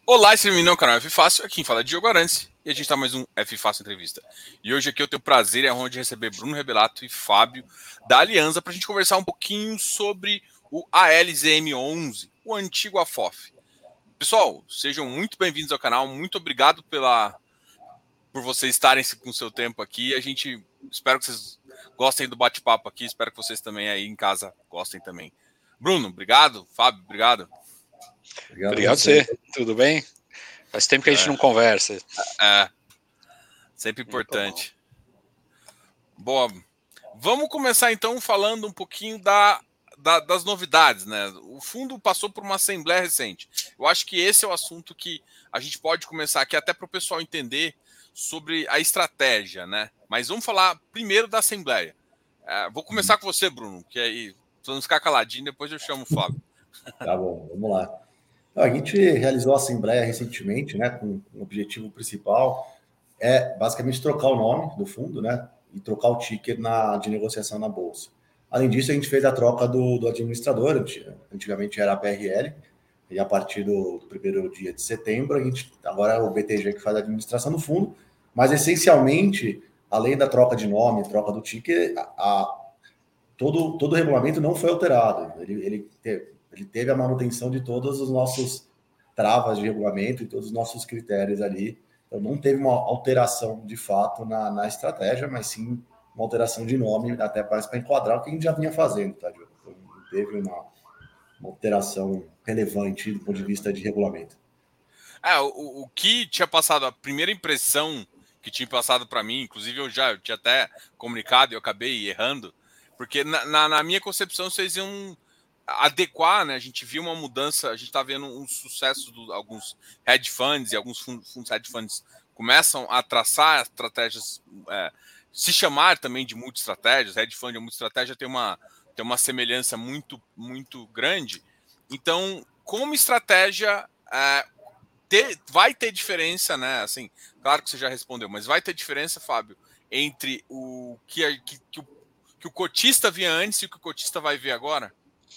Olá, esse é o canal F Fácil, aqui quem fala é Diogo Arantes e a gente está mais um F Fácil Entrevista. E hoje aqui eu tenho o prazer e a honra de receber Bruno Rebelato e Fábio da Alianza para a gente conversar um pouquinho sobre o ALZM11, o antigo AFOF. Pessoal, sejam muito bem-vindos ao canal, muito obrigado por vocês estarem com o seu tempo aqui. A gente espero que vocês gostem do bate-papo aqui, espero que vocês também aí em casa gostem também. Bruno, obrigado. Fábio, obrigado. Obrigado a Obrigado você. você. Tudo bem? Faz tempo que a gente não conversa. Sempre importante. Boa. Vamos começar então falando um pouquinho das novidades, né? O fundo passou por uma assembleia recente. Eu acho que esse é o assunto que a gente pode começar aqui, até para o pessoal entender sobre a estratégia, né? Mas vamos falar primeiro da assembleia. Vou começar com você, Bruno, que aí vamos ficar caladinho, depois eu chamo o Fábio. Tá bom, vamos lá. A gente realizou a assembleia recentemente, né, com o objetivo principal basicamente trocar o nome do fundo, né, e trocar o ticker de negociação na bolsa. Além disso, a gente fez a troca do administrador, antigamente era a PRL, e a partir do primeiro dia de setembro, agora é o BTG que faz a administração do fundo, mas essencialmente, além da troca de nome, troca do ticker, todo o regulamento não foi alterado. Ele teve a manutenção de todos os nossos travas de regulamento e todos os nossos critérios ali. Então, não teve uma alteração de fato na estratégia, mas sim uma alteração de nome, até para enquadrar o que a gente já vinha fazendo, tá, Diogo? Então, não teve uma alteração relevante do ponto de vista de regulamento. O que tinha passado, a primeira impressão que tinha passado para mim, inclusive eu já tinha até comunicado e eu acabei errando, porque na minha concepção vocês iam adequar, né? A gente viu uma mudança, a gente está vendo um sucesso de alguns hedge funds e alguns fundos hedge funds começam a traçar estratégias, se chamar também de multi-estratégias, hedge fund e multi-estratégia tem uma semelhança muito, muito grande. Então, como estratégia, vai ter diferença, né? Assim, claro que você já respondeu, mas vai ter diferença, Fábio, entre o que o cotista via antes e o que o cotista vai ver agora?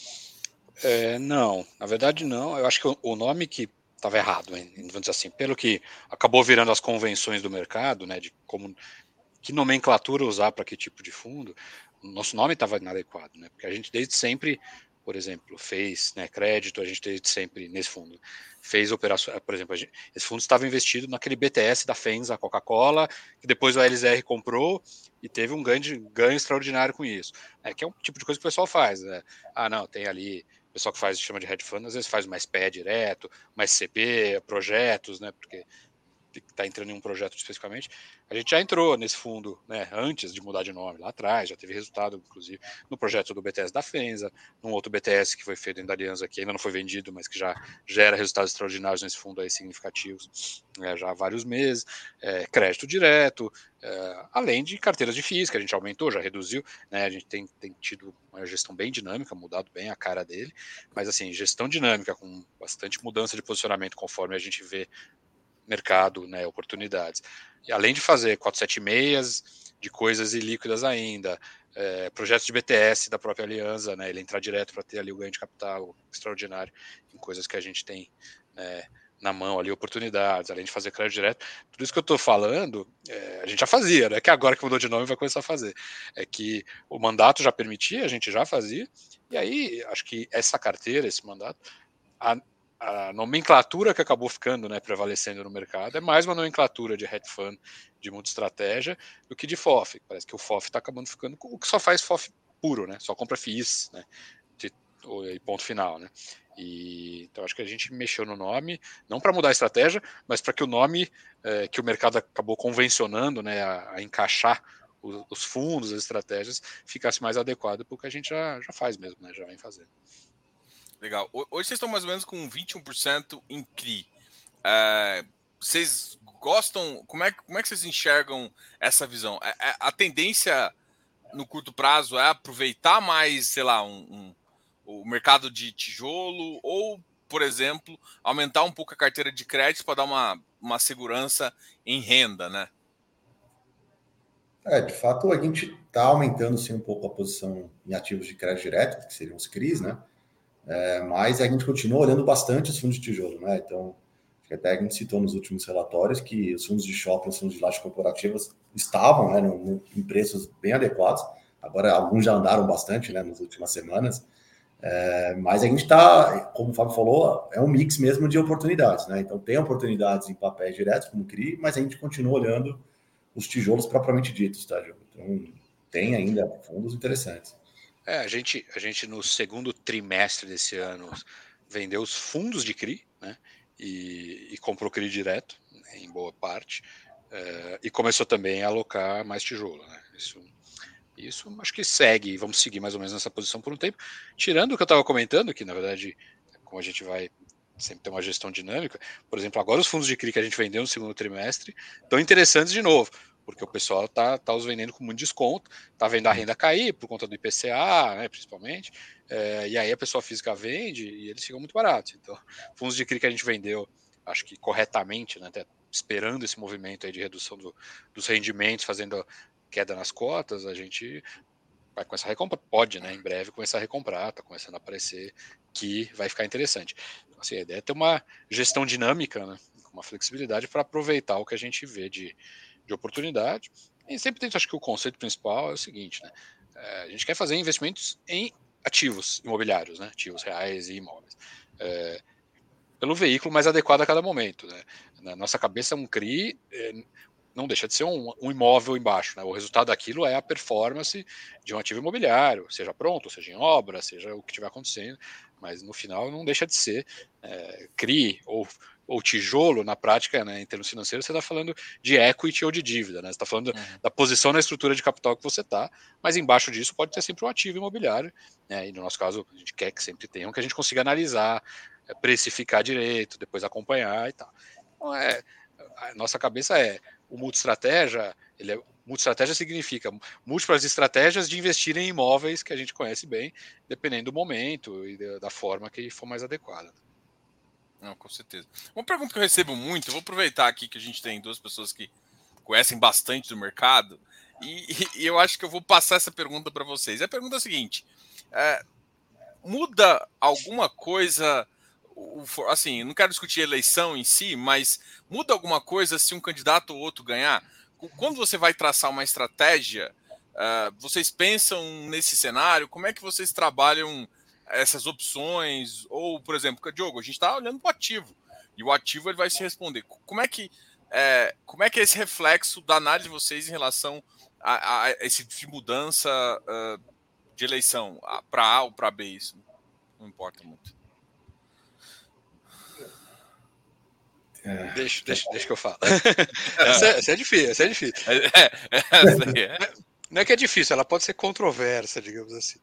Não, na verdade não. Eu acho que o nome que estava errado, hein? Vamos dizer assim, pelo que acabou virando as convenções do mercado, né, de que nomenclatura usar para que tipo de fundo, o nosso nome estava inadequado, né? Porque a gente desde sempre, por exemplo, fez, né, crédito, a gente desde sempre nesse fundo fez operações, por exemplo, esse fundo estava investido naquele BTS da FENSA, Coca-Cola, que depois o LZR comprou e teve um ganho extraordinário com isso. Que é um tipo de coisa que o pessoal faz, né? Não, tem ali o pessoal que chama de hedge fund, às vezes faz mais PE direto, mais CP, projetos, né? Porque está entrando em um projeto especificamente, a gente já entrou nesse fundo, né, antes de mudar de nome, lá atrás, já teve resultado, inclusive, no projeto do BTS da FENSA, num outro BTS que foi feito dentro da Alianza, que ainda não foi vendido, mas que já gera resultados extraordinários nesse fundo aí significativos, já há vários meses, crédito direto, além de carteiras de FIIs, que a gente aumentou, já reduziu, né, a gente tem tido uma gestão bem dinâmica, mudado bem a cara dele, mas assim, gestão dinâmica, com bastante mudança de posicionamento conforme a gente vê mercado, né, oportunidades. E além de fazer 476 de coisas ilíquidas ainda, projetos de BTS da própria Alianza, né, ele entrar direto para ter ali o ganho de capital extraordinário em coisas que a gente tem, né, na mão ali, oportunidades, além de fazer crédito direto. Tudo isso que eu estou falando, a gente já fazia, né, que agora que mudou de nome vai começar a fazer. É que o mandato já permitia, a gente já fazia, e aí acho que essa carteira, esse mandato, a nomenclatura que acabou ficando, né, prevalecendo no mercado é mais uma nomenclatura de hedge fund, de multi-estratégia, do que de FOF. Parece que o FOF está acabando ficando o que só faz FOF puro, né? Só compra FIIs, né? E ponto final, né? Então acho que a gente mexeu no nome, não para mudar a estratégia, mas para que o nome que o mercado acabou convencionando, né, a encaixar os fundos, as estratégias, ficasse mais adequado, porque a gente já faz mesmo, né? Já vem fazendo. Legal. Hoje vocês estão mais ou menos com 21% em CRI. Vocês gostam? Como é que vocês enxergam essa visão? A tendência no curto prazo é aproveitar mais, sei lá, o mercado de tijolo ou, por exemplo, aumentar um pouco a carteira de crédito para dar uma segurança em renda, né? De fato, a gente está aumentando sim um pouco a posição em ativos de crédito direto, que seriam os CRIs, né? Mas a gente continua olhando bastante os fundos de tijolo, né? Então, que até a gente citou nos últimos relatórios que os fundos de shopping, os fundos de lajes corporativas estavam, né, em preços bem adequados. Agora, alguns já andaram bastante, né, nas últimas semanas. Mas a gente está, como o Fábio falou, é um mix mesmo de oportunidades, né? Então, tem oportunidades em papéis diretos, como CRI, mas a gente continua olhando os tijolos propriamente ditos, tá, Diogo? Então, tem ainda fundos interessantes. A gente no segundo trimestre desse ano vendeu os fundos de CRI, né? E comprou CRI direto, né, em boa parte, e começou também a alocar mais tijolo, né? Isso acho que segue, vamos seguir mais ou menos nessa posição por um tempo, tirando o que eu estava comentando, que na verdade, como a gente vai sempre ter uma gestão dinâmica, por exemplo, agora os fundos de CRI que a gente vendeu no segundo trimestre estão interessantes de novo, porque o pessoal tá os vendendo com muito desconto, tá vendo a renda cair por conta do IPCA, né, principalmente, e aí a pessoa física vende e eles ficam muito baratos. Então, fundos de CRI que a gente vendeu, acho que corretamente, né, até esperando esse movimento aí de redução dos rendimentos, fazendo queda nas cotas, a gente vai começar a recomprar, pode, né, em breve começar a recomprar, tá começando a aparecer que vai ficar interessante. Então, assim, a ideia é ter uma gestão dinâmica, né, uma flexibilidade para aproveitar o que a gente vê de oportunidade. E sempre tem, acho que o conceito principal é o seguinte, né, a gente quer fazer investimentos em ativos imobiliários, né, ativos reais e imóveis, pelo veículo mais adequado a cada momento, né. Na nossa cabeça, um CRI não deixa de ser um imóvel embaixo, né? O resultado daquilo é a performance de um ativo imobiliário, seja pronto, seja em obra, seja o que estiver acontecendo, mas no final não deixa de ser CRI ou tijolo, na prática, né, em termos financeiros, você está falando de equity ou de dívida, né? Você está falando da posição na estrutura de capital que você está, mas embaixo disso pode ter sempre um ativo imobiliário, né? E no nosso caso, a gente quer que sempre tenha um que a gente consiga analisar, precificar direito, depois acompanhar e tal. Então, a nossa cabeça o multi-estratégia, multi-estratégia significa múltiplas estratégias de investir em imóveis que a gente conhece bem, dependendo do momento e da forma que for mais adequada. Não, com certeza. Uma pergunta que eu recebo muito, eu vou aproveitar aqui que a gente tem duas pessoas que conhecem bastante do mercado, e eu acho que eu vou passar essa pergunta para vocês. A pergunta é a seguinte: muda alguma coisa? Assim, não quero discutir a eleição em si, mas muda alguma coisa se um candidato ou outro ganhar? Quando você vai traçar uma estratégia, vocês pensam nesse cenário? Como é que vocês trabalham essas opções? Ou, por exemplo, Diogo, a gente está olhando para o ativo, e o ativo ele vai se responder. Como é que é esse reflexo da análise de vocês em relação a esse tipo de mudança de eleição para A ou para B? Isso não importa muito. Deixa que eu falo. Essa é difícil, essa é difícil. Não é que é difícil, ela pode ser controversa, digamos assim.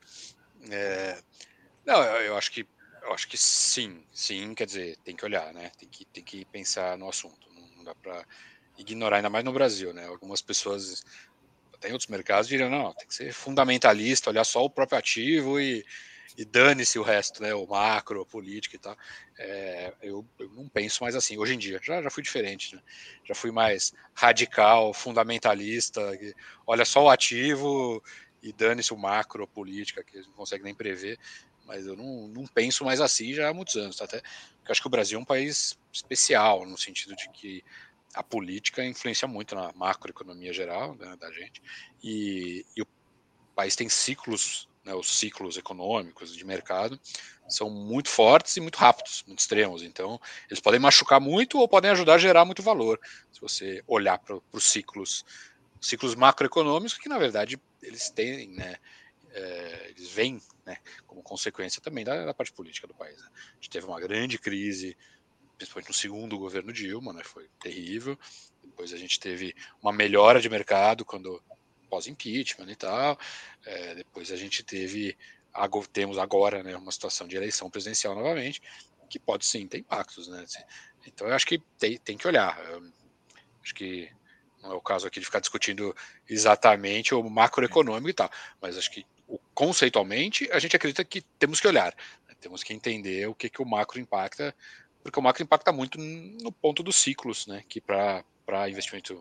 Não, eu acho que sim, quer dizer, tem que olhar, né? Tem que pensar no assunto. Não dá para ignorar, ainda mais no Brasil, né? Algumas pessoas, até em outros mercados, diriam, não, tem que ser fundamentalista, olhar só o próprio ativo e dane-se o resto, né? O macro, a política e tal. Eu não penso mais assim. Hoje em dia, já fui diferente, né? Já fui mais radical, fundamentalista, olha só o ativo e dane-se o macro, a política, que eles não conseguem nem prever. Mas eu não penso mais assim já há muitos anos. Tá? Até porque eu acho que o Brasil é um país especial, no sentido de que a política influencia muito na macroeconomia geral, né, da gente, e o país tem ciclos, né, os ciclos econômicos de mercado são muito fortes e muito rápidos, muito extremos. Então, eles podem machucar muito ou podem ajudar a gerar muito valor. Se você olhar para os ciclos macroeconômicos, que na verdade eles têm, né, eles vêm, né, como consequência também da parte política do país. Né? A gente teve uma grande crise, principalmente no segundo governo Dilma, né, foi terrível. Depois a gente teve uma melhora de mercado quando pós-impeachment e tal. Depois a gente temos agora, né, uma situação de eleição presidencial novamente, que pode sim ter impactos, né? Então eu acho que tem que olhar. Acho que não é o caso aqui de ficar discutindo exatamente o macroeconômico e tal, mas acho que conceitualmente a gente acredita que temos que olhar, né? Temos que entender o que o macro impacta, porque o macro impacta muito no ponto dos ciclos, né? Que para investimento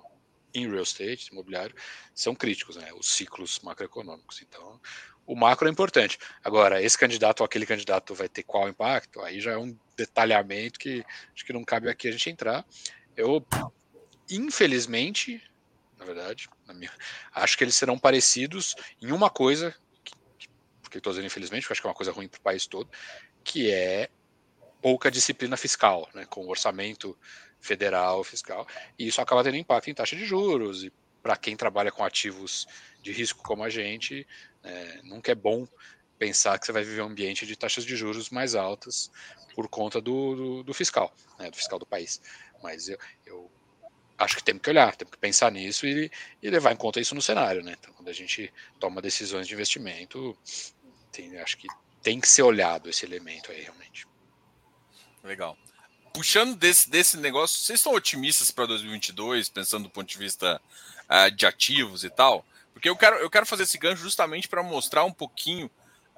em real estate, imobiliário, são críticos, né? Os ciclos macroeconômicos. Então, o macro é importante. Agora, esse candidato ou aquele candidato vai ter qual impacto? Aí já é um detalhamento que acho que não cabe aqui a gente entrar. Eu, infelizmente, na verdade, acho que eles serão parecidos em uma coisa, porque estou dizendo infelizmente, porque acho que é uma coisa ruim para o país todo, que é pouca disciplina fiscal, né, com o orçamento federal fiscal, e isso acaba tendo impacto em taxa de juros, e para quem trabalha com ativos de risco como a gente, nunca é bom pensar que você vai viver um ambiente de taxas de juros mais altas por conta do fiscal, né, do fiscal do país. Mas eu acho que temos que olhar, temos que pensar nisso e levar em conta isso no cenário, né? Então, quando a gente toma decisões de investimento, acho que tem que ser olhado esse elemento aí, realmente. Legal. Puxando desse negócio, vocês estão otimistas para 2022, pensando do ponto de vista de ativos e tal? Porque eu quero fazer esse gancho justamente para mostrar um pouquinho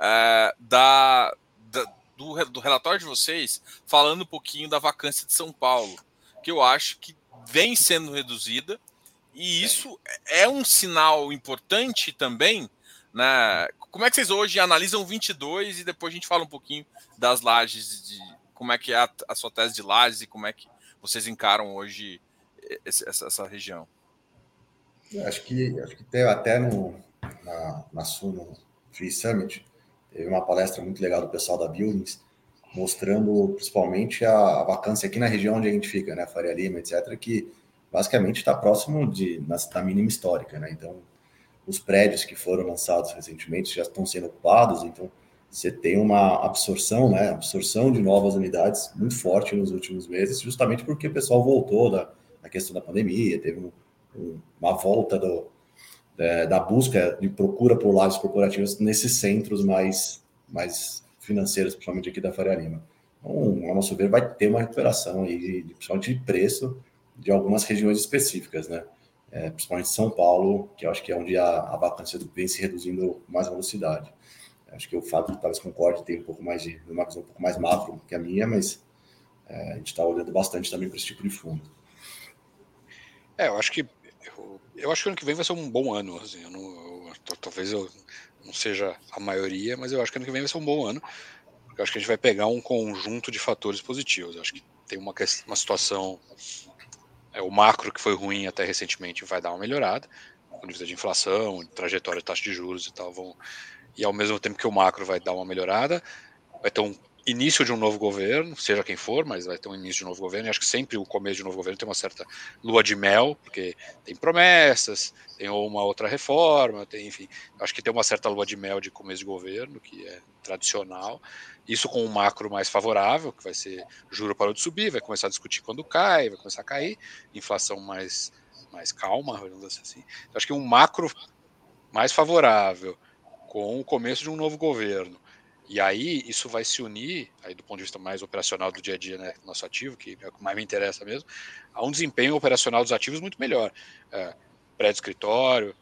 do relatório de vocês, falando um pouquinho da vacância de São Paulo, que eu acho que vem sendo reduzida, e isso é um sinal importante também, né? Como é que vocês hoje analisam 22 e depois a gente fala um pouquinho das lajes, de como é que é a sua tese de lajes e como é que vocês encaram hoje essa região? Acho que teve até na Suno Free Summit, teve uma palestra muito legal do pessoal da Buildings, mostrando principalmente a vacância aqui na região onde a gente fica, né, Faria Lima, etc., que basicamente está próximo da mínima histórica, né? Então, os prédios que foram lançados recentemente já estão sendo ocupados, então você tem uma absorção, né, absorção de novas unidades muito forte nos últimos meses, justamente porque o pessoal voltou da questão da pandemia, teve uma volta da busca de procura por lajes corporativas nesses centros mais financeiros, principalmente aqui da Faria Lima. Então, ao nosso ver, vai ter uma recuperação aí, principalmente de preço de algumas regiões específicas, né? Principalmente São Paulo, que eu acho que é onde a vacância vem se reduzindo com mais velocidade. Acho que o Fábio talvez concorde, tem um pouco mais uma visão um pouco mais macro que a minha, mas a gente está olhando bastante também para esse tipo de fundo. Eu acho que o ano que vem vai ser um bom ano. Assim, talvez eu não seja a maioria, mas eu acho que ano que vem vai ser um bom ano, porque eu acho que a gente vai pegar um conjunto de fatores positivos. Eu acho que tem uma situação, o macro que foi ruim até recentemente vai dar uma melhorada, com vista de inflação, de trajetória de taxa de juros e tal, e ao mesmo tempo que o macro vai dar uma melhorada, vai ter um início de um novo governo, seja quem for, mas vai ter um início de um novo governo, e acho que sempre o começo de um novo governo tem uma certa lua de mel, porque tem promessas, tem uma outra reforma, enfim, acho que tem uma certa lua de mel de começo de governo, que é tradicional, isso com um macro mais favorável, que vai ser juro parou de subir, vai começar a discutir quando cai, vai começar a cair, inflação mais calma, vamos dizer assim. Então, acho que um macro mais favorável, com o começo de um novo governo, e aí isso vai se unir, aí do ponto de vista mais operacional do dia a dia, né, nosso ativo, que é o que mais me interessa mesmo, a um desempenho operacional dos ativos muito melhor. Prédio escritório,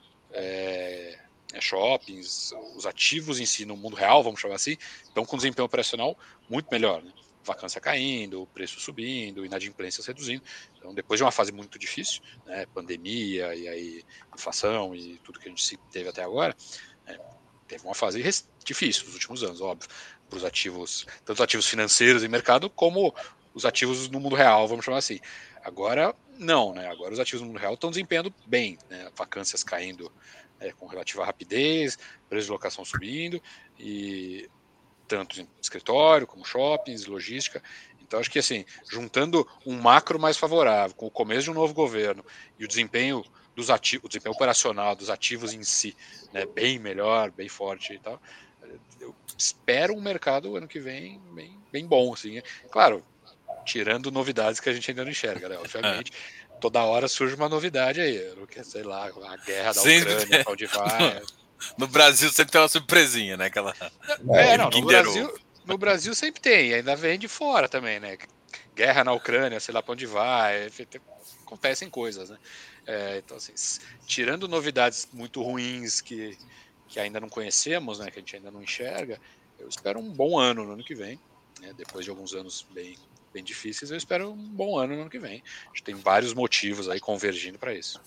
shoppings, os ativos em si no mundo real, vamos chamar assim, estão com desempenho operacional muito melhor, né? Vacância caindo, o preço subindo, inadimplências reduzindo. Então, depois de uma fase muito difícil, né, pandemia e aí inflação e tudo que a gente teve até agora, teve uma fase difícil nos últimos anos, óbvio, para os ativos, tanto os ativos financeiros e mercado, como os ativos no mundo real, vamos chamar assim. Agora, não, né? Agora os ativos no mundo real estão desempenhando bem, né? Vacâncias caindo com relativa rapidez, preço de locação subindo, e tanto em escritório, como shoppings, logística. Então, acho que assim, juntando um macro mais favorável, com o começo de um novo governo e o desempenho dos ativos, o desempenho operacional dos ativos em si, né, bem melhor, bem forte e tal, eu espero um mercado ano que vem bem bom, assim. Claro, tirando novidades que a gente ainda não enxerga, né? Obviamente, toda hora surge uma novidade aí, sei lá, a guerra da Ucrânia, para onde vai. No Brasil sempre tem uma surpresinha, né? Aquela Não, Kinder Ovo. no Brasil sempre tem, ainda vem de fora também, né? Guerra na Ucrânia, sei lá para onde vai, acontecem coisas, né? Então, assim, tirando novidades muito ruins que ainda não conhecemos, né? Que a gente ainda não enxerga, eu espero um bom ano no ano que vem, né? Depois de alguns anos bem bem difíceis, eu espero um bom ano no ano que vem. A gente tem vários motivos aí convergindo para isso.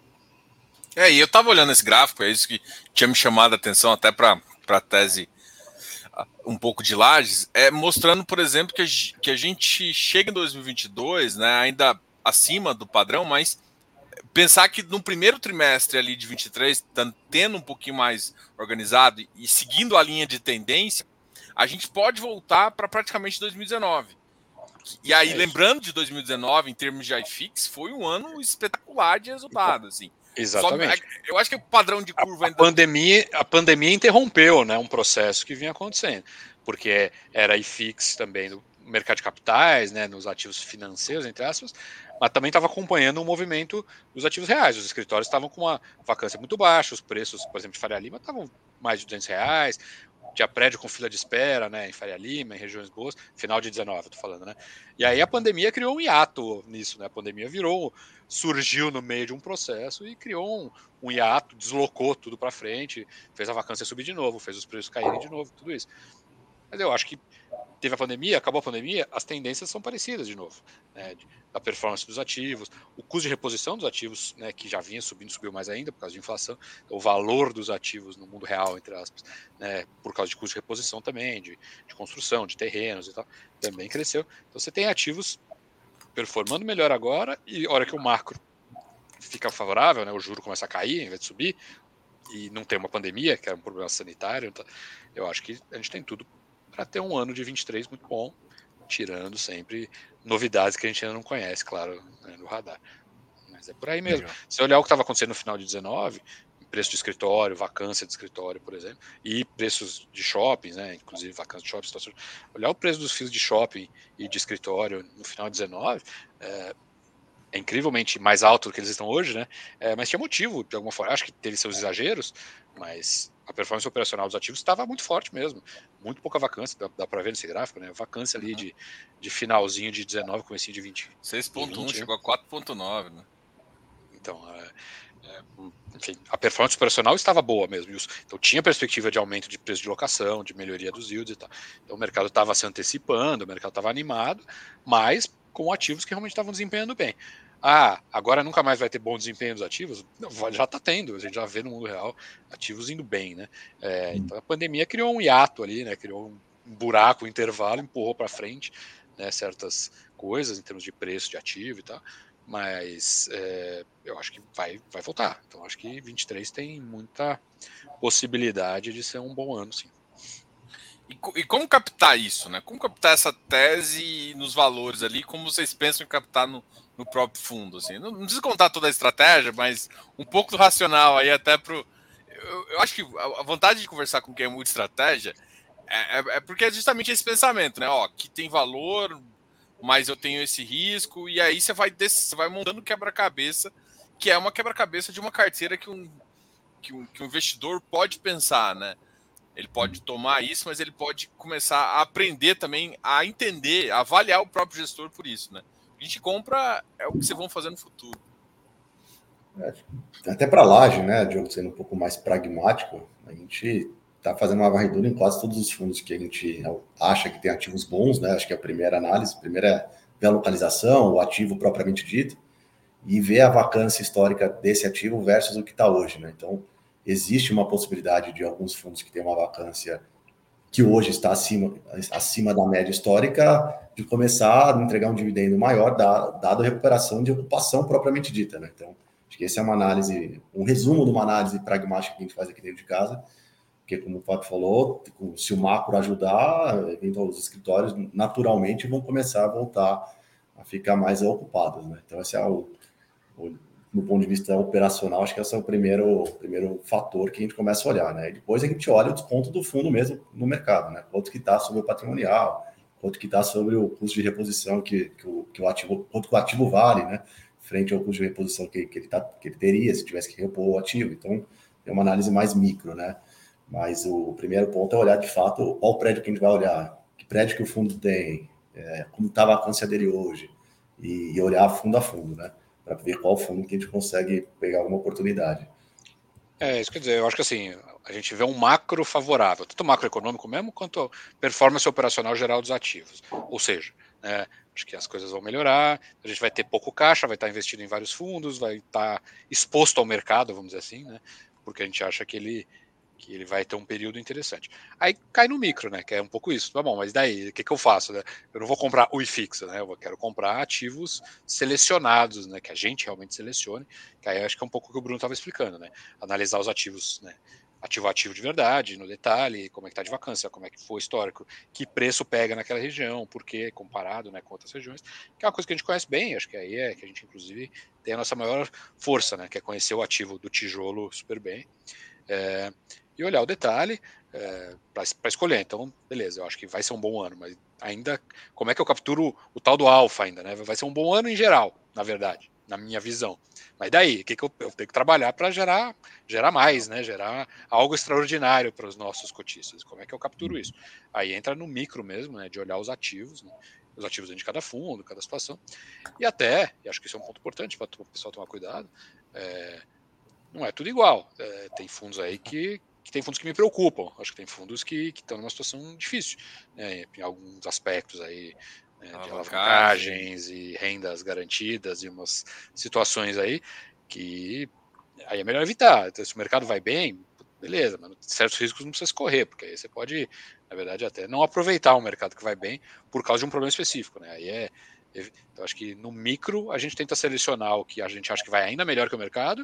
E eu estava olhando esse gráfico, é isso que tinha me chamado a atenção até para a tese um pouco de Lages, mostrando, por exemplo, que a gente chega em 2022, né, ainda acima do padrão, mas pensar que no primeiro trimestre ali de 23, tendo um pouquinho mais organizado e seguindo a linha de tendência, a gente pode voltar para praticamente 2019. E aí, lembrando de 2019, em termos de iFix, foi um ano espetacular de resultado, assim. Exatamente. Eu acho que o padrão de curva ainda... A pandemia interrompeu, né, um processo que vinha acontecendo, porque era iFix também no mercado de capitais, né, nos ativos financeiros, entre aspas, mas também estava acompanhando o movimento dos ativos reais. Os escritórios estavam com uma vacância muito baixa, os preços, por exemplo, de Faria Lima estavam mais de R$200, tinha prédio com fila de espera, né, em Faria Lima, em regiões boas, final de 19, eu tô falando, né? E aí a pandemia criou um hiato nisso, né? A pandemia surgiu no meio de um processo e criou um hiato, deslocou tudo para frente, fez a vacância subir de novo, fez os preços caírem de novo, tudo isso. Mas eu acho que teve a pandemia, acabou a pandemia, as tendências são parecidas de novo, né, da performance dos ativos, o custo de reposição dos ativos, né, que já vinha subindo, subiu mais ainda por causa de inflação, o valor dos ativos no mundo real, entre aspas, né, por causa de custo de reposição também, de construção, de terrenos e tal, também cresceu. Então você tem ativos performando melhor agora e a hora que o macro fica favorável, né, o juro começa a cair em vez de subir, e não tem uma pandemia, que é um problema sanitário, então eu acho que a gente tem tudo para ter um ano de 23 muito bom, tirando sempre novidades que a gente ainda não conhece, claro, né, no radar. Mas é por aí mesmo. Legal. Se olhar o que estava acontecendo no final de 19, preço de escritório, vacância de escritório, por exemplo, e preços de shoppings, né, inclusive vacância de shopping, olhar o preço dos fios de shopping e de escritório no final de 19, é incrivelmente mais alto do que eles estão hoje, né? Mas tinha motivo, de alguma forma. Acho que teve seus exageros, mas a performance operacional dos ativos estava muito forte mesmo. Muito pouca vacância, dá para ver nesse gráfico, né? Vacância ali de finalzinho de 19, comecinho de 20. 6,1, chegou a 4,9, né? Então, enfim, a performance operacional estava boa mesmo. Então tinha perspectiva de aumento de preço de locação, de melhoria dos yields e tal. Então o mercado estava se antecipando, o mercado estava animado, mas com ativos que realmente estavam desempenhando bem. Agora nunca mais vai ter bom desempenho dos ativos? Já está tendo, a gente já vê no mundo real ativos indo bem, né? Então a pandemia criou um hiato ali, né? Criou um buraco, um intervalo, empurrou para frente, né, certas coisas em termos de preço de ativo e tal. Mas eu acho que vai voltar. Então acho que 23 tem muita possibilidade de ser um bom ano, sim. E como captar isso, né? Como captar essa tese nos valores ali? Como vocês pensam em captar no próprio fundo? Assim? Não precisa contar toda a estratégia, mas um pouco do racional aí até pro. Eu acho que a vontade de conversar com quem é muito estratégia é porque é justamente esse pensamento, né? Ó, que tem valor, mas eu tenho esse risco, e aí você vai montando quebra-cabeça, que é uma quebra-cabeça de uma carteira que um investidor pode pensar, né? Ele pode tomar isso, mas ele pode começar a aprender também a entender, a avaliar o próprio gestor por isso, né? A gente compra é o que vocês vão fazer no futuro. Até para a Laje, né, Diogo, sendo um pouco mais pragmático, a gente está fazendo uma varredura em quase todos os fundos que a gente acha que tem ativos bons, né? Acho que é a primeira análise. A primeira é ver a localização, o ativo propriamente dito, e ver a vacância histórica desse ativo versus o que está hoje, né? Então, existe uma possibilidade de alguns fundos que têm uma vacância que hoje está acima da média histórica, de começar a entregar um dividendo maior, dado a recuperação de ocupação propriamente dita, né? Então, acho que essa é uma análise, um resumo de uma análise pragmática que a gente faz aqui dentro de casa, porque, como o Fábio falou, se o macro ajudar, os escritórios naturalmente vão começar a voltar a ficar mais ocupados, né? Então, esse é do ponto de vista operacional, acho que esse é o primeiro fator que a gente começa a olhar, né? E depois a gente olha o desconto do fundo mesmo no mercado, né? Quanto que está sobre o patrimonial, quanto que está sobre o custo de reposição que o ativo, quanto que o ativo vale, né? Frente ao custo de reposição que ele teria se tivesse que repor o ativo. Então, é uma análise mais micro, né? Mas o primeiro ponto é olhar de fato qual prédio que a gente vai olhar, que prédio que o fundo tem, como está a vacância dele hoje, e olhar fundo a fundo, né? Para ver qual fundo que a gente consegue pegar alguma oportunidade. Isso quer dizer, eu acho que assim, a gente vê um macro favorável, tanto macroeconômico mesmo, quanto performance operacional geral dos ativos. Ou seja, né? Acho que as coisas vão melhorar, a gente vai ter pouco caixa, vai estar investido em vários fundos, vai estar exposto ao mercado, vamos dizer assim, né? Porque a gente acha que ele vai ter um período interessante. Aí cai no micro, né? Que é um pouco isso. Tá bom, mas daí, o que eu faço? Né? Eu não vou comprar o IFIX, né? Eu quero comprar ativos selecionados, né? Que a gente realmente selecione. Que aí acho que é um pouco o que o Bruno estava explicando, né? Analisar os ativos, né? Ativo a ativo de verdade, no detalhe, como é que está de vacância, como é que foi o histórico, que preço pega naquela região, por quê, comparado, né, com outras regiões, que é uma coisa que a gente conhece bem, acho que aí é que a gente, inclusive, tem a nossa maior força, né, que é conhecer o ativo do tijolo super bem, e olhar o detalhe para escolher. Então, beleza, eu acho que vai ser um bom ano, mas ainda, como é que eu capturo o tal do alfa ainda, né? Vai ser um bom ano em geral, na verdade, na minha visão. Mas daí, o que eu tenho que trabalhar para gerar mais, né? Gerar algo extraordinário para os nossos cotistas. Como é que eu capturo isso? Aí entra no micro mesmo, né? De olhar os ativos, né? Os ativos de cada fundo, cada situação. E até, e acho que isso é um ponto importante para o pessoal tomar cuidado, não é tudo igual. Tem fundos aí que tem fundos que me preocupam. Acho que tem fundos que estão numa situação difícil, né, em alguns aspectos aí, né, de alavancagens e rendas garantidas e umas situações aí que aí é melhor evitar. Então, se o mercado vai bem, beleza, mas certos riscos não precisa se correr, porque aí você pode, na verdade, até não aproveitar um mercado que vai bem por causa de um problema específico, né? Então acho que no micro a gente tenta selecionar o que a gente acha que vai ainda melhor que o mercado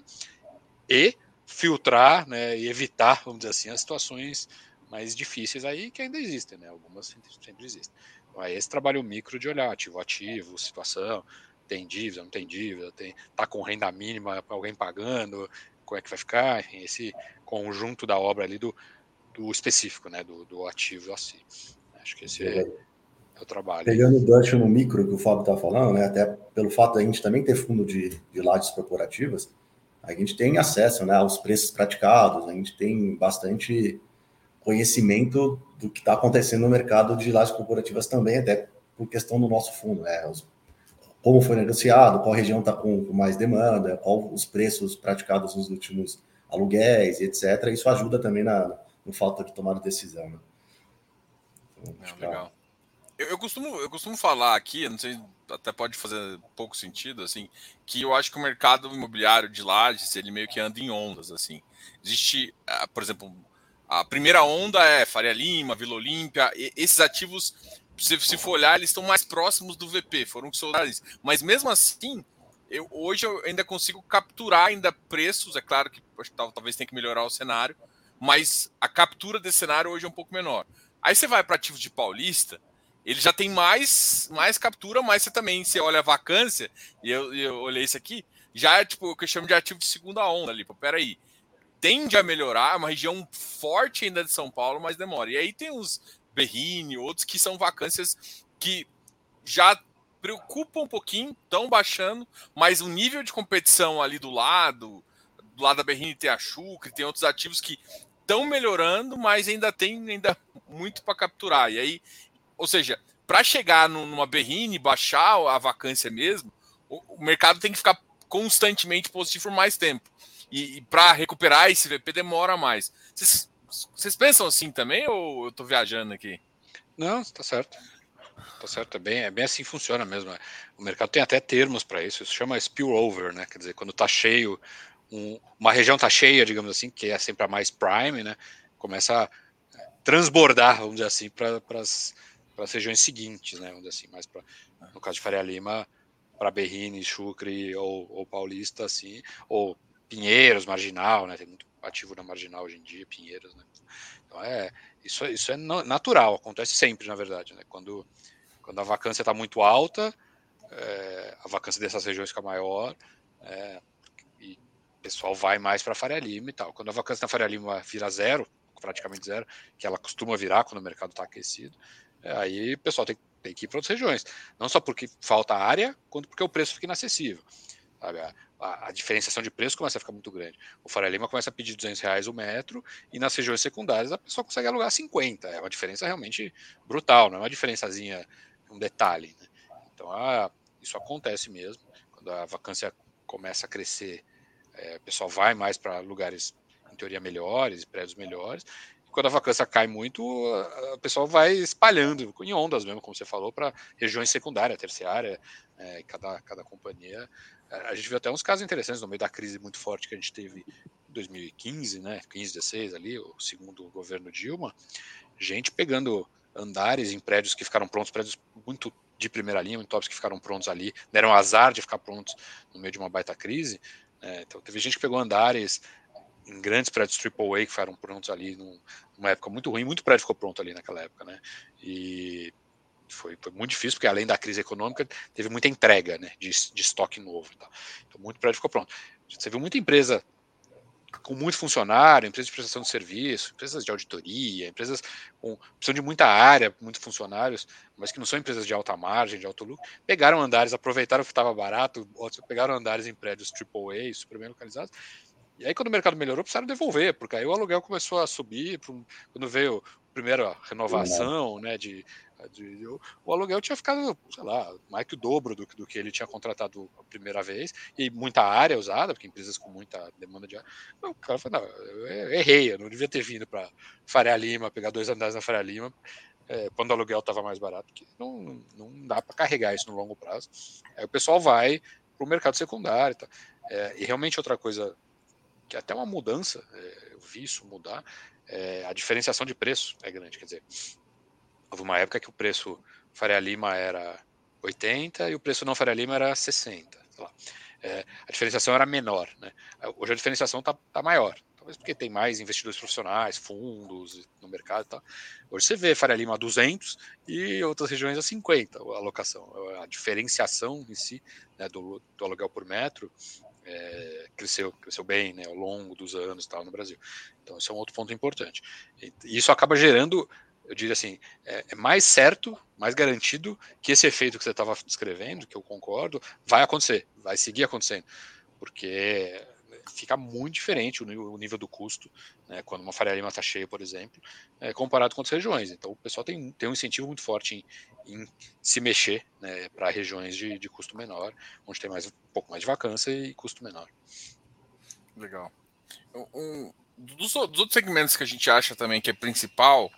e filtrar, né, e evitar, vamos dizer assim, as situações mais difíceis aí que ainda existem, né? Algumas sempre existem. Então é esse trabalho micro de olhar ativo a ativo, situação, tem dívida, não tem dívida, tá com renda mínima para alguém pagando, como é que vai ficar, enfim, esse conjunto da obra ali do específico, né, do ativo a si. Acho que esse é o trabalho. Pegando o gancho no micro que o Fábio está falando, né, até pelo fato da gente também ter fundo de lajes corporativas, a gente tem acesso, né, aos preços praticados, a gente tem bastante conhecimento do que está acontecendo no mercado de lajes corporativas também, até por questão do nosso fundo, né, como foi negociado, qual região está com mais demanda, qual os preços praticados nos últimos aluguéis, etc. Isso ajuda também no fato de tomar decisão. Né? Então, legal. Eu costumo falar aqui, não sei, até pode fazer pouco sentido, assim, que eu acho que o mercado imobiliário de lajes, ele meio que anda em ondas, assim. Existe, por exemplo, a primeira onda é Faria Lima, Vila Olímpia, esses ativos, se for olhar, eles estão mais próximos do VP, foram soldados. Mas mesmo assim, hoje eu ainda consigo capturar ainda preços, é claro que talvez tenha que melhorar o cenário, mas a captura desse cenário hoje é um pouco menor. Aí você vai para ativos de Paulista, ele já tem mais captura, mas você olha a vacância, e eu olhei isso aqui, já é tipo o que eu chamo de ativo de segunda onda ali. Pô, peraí, tende a melhorar, é uma região forte ainda de São Paulo, mas demora. E aí tem os Berrini, outros que são vacâncias que já preocupam um pouquinho, estão baixando, mas o nível de competição ali do lado da Berrini tem a Chucre, tem outros ativos que estão melhorando, mas ainda tem muito para capturar. E aí, ou seja, para chegar numa Berrini, baixar a vacância mesmo, o mercado tem que ficar constantemente positivo por mais tempo. E para recuperar esse VP demora mais. Vocês pensam assim também ou eu estou viajando aqui? Não, está certo. Tá certo, é bem assim que funciona mesmo. O mercado tem até termos para isso chama spillover, né? Quer dizer, quando está cheio, uma região está cheia, digamos assim, que é sempre a mais prime, né? Começa a transbordar, vamos dizer assim, para as regiões seguintes, né? Vamos dizer assim, mais para, no caso de Faria Lima, para Berrini, Chucre ou Paulista, assim, ou Pinheiros, Marginal, né? Tem muito ativo na Marginal hoje em dia, Pinheiros, né? Então isso é natural, acontece sempre, na verdade, né? Quando a vacância está muito alta, a vacância dessas regiões fica maior, e o pessoal vai mais para a Faria Lima e tal. Quando a vacância na Faria Lima vira zero, praticamente zero, que ela costuma virar quando o mercado está aquecido, aí o pessoal tem que ir para outras regiões. Não só porque falta área, quanto porque o preço fica inacessível. Sabe? A diferenciação de preço começa a ficar muito grande. O Faria Lima começa a pedir R$200 o metro e nas regiões secundárias a pessoa consegue alugar 50. É uma diferença realmente brutal, não é uma diferençazinha, um detalhe. Né? Então isso acontece mesmo. Quando a vacância começa a crescer, o pessoal vai mais para lugares, em teoria, melhores, prédios melhores, quando a vacância cai muito, o pessoal vai espalhando em ondas mesmo, como você falou, para regiões secundárias, terciária, cada companhia. A gente viu até uns casos interessantes no meio da crise muito forte que a gente teve em 2015, né, 15, 16 ali, o segundo governo Dilma, gente pegando andares em prédios que ficaram prontos, prédios muito de primeira linha, muito tops que ficaram prontos ali, deram azar de ficar prontos no meio de uma baita crise. Então teve gente que pegou andares em grandes prédios AAA que ficaram prontos ali numa época muito ruim, muito prédio ficou pronto ali naquela época, né? E foi muito difícil, porque além da crise econômica, teve muita entrega, né, de estoque novo. Tá? Então muito prédio ficou pronto. Você viu muita empresa com muito funcionário, empresas de prestação de serviço, empresas de auditoria, empresas com precisam de muita área, muitos funcionários, mas que não são empresas de alta margem, de alto lucro, pegaram andares, aproveitaram que estava barato, outros pegaram andares em prédios AAA, super bem localizados. E aí, quando o mercado melhorou, precisaram devolver, porque aí o aluguel começou a subir. Quando veio a primeira renovação, né, o aluguel tinha ficado, sei lá, mais que o dobro do que ele tinha contratado a primeira vez, e muita área usada, porque empresas com muita demanda de área. Então, o cara falou: não, eu errei, eu não devia ter vindo para Faria Lima, pegar 2 andares na Faria Lima, quando o aluguel estava mais barato, porque não dá para carregar isso no longo prazo. Aí o pessoal vai para o mercado secundário. Tá? E realmente outra coisa que é até uma mudança, eu vi isso mudar, a diferenciação de preço é grande. Quer dizer, houve uma época que o preço Faria Lima era 80 e o preço não Faria Lima era 60. Sei lá. A diferenciação era menor. Né? Hoje a diferenciação está maior. Talvez porque tem mais investidores profissionais, fundos no mercado e tal. Hoje você vê Faria Lima a 200 e outras regiões a 50 a alocação. A diferenciação em si, né, do aluguel por metro cresceu bem, né, ao longo dos anos tal, no Brasil. Então, esse é um outro ponto importante. E isso acaba gerando, eu diria assim, é mais certo, mais garantido que esse efeito que você estava descrevendo, que eu concordo, vai acontecer, vai seguir acontecendo, porque fica muito diferente o nível do custo, né, quando uma Faria Lima está cheia, por exemplo, comparado com outras regiões. Então, o pessoal tem um incentivo muito forte em se mexer, né, para regiões de custo menor, onde tem um pouco mais de vacância e custo menor. Legal. Dos outros segmentos que a gente acha também que é principal,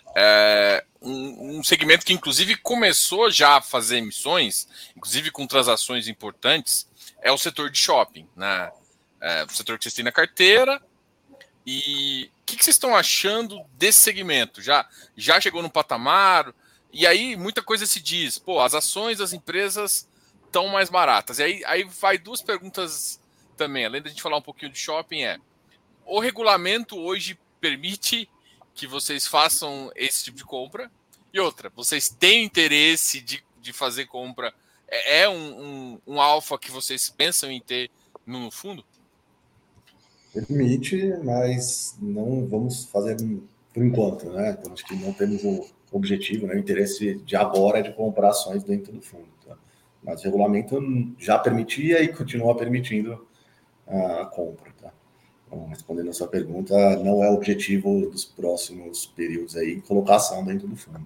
um segmento que inclusive começou já a fazer emissões, inclusive com transações importantes, é o setor de shopping, né? O setor que vocês têm na carteira. E o que vocês estão achando desse segmento? Já chegou no patamar? E aí muita coisa se diz, pô, as ações das empresas estão mais baratas. E aí vai duas perguntas também, além da gente falar um pouquinho de shopping, o regulamento hoje permite que vocês façam esse tipo de compra? E outra, vocês têm interesse de fazer compra? Um alfa que vocês pensam em ter no fundo? Permite, mas não vamos fazer por enquanto, né? Então, acho que não temos o objetivo, né? O interesse de agora é de comprar ações dentro do fundo. Tá? Mas o regulamento já permitia e continua permitindo a compra. Tá? Então, respondendo a sua pergunta, não é o objetivo dos próximos períodos aí colocar ação dentro do fundo.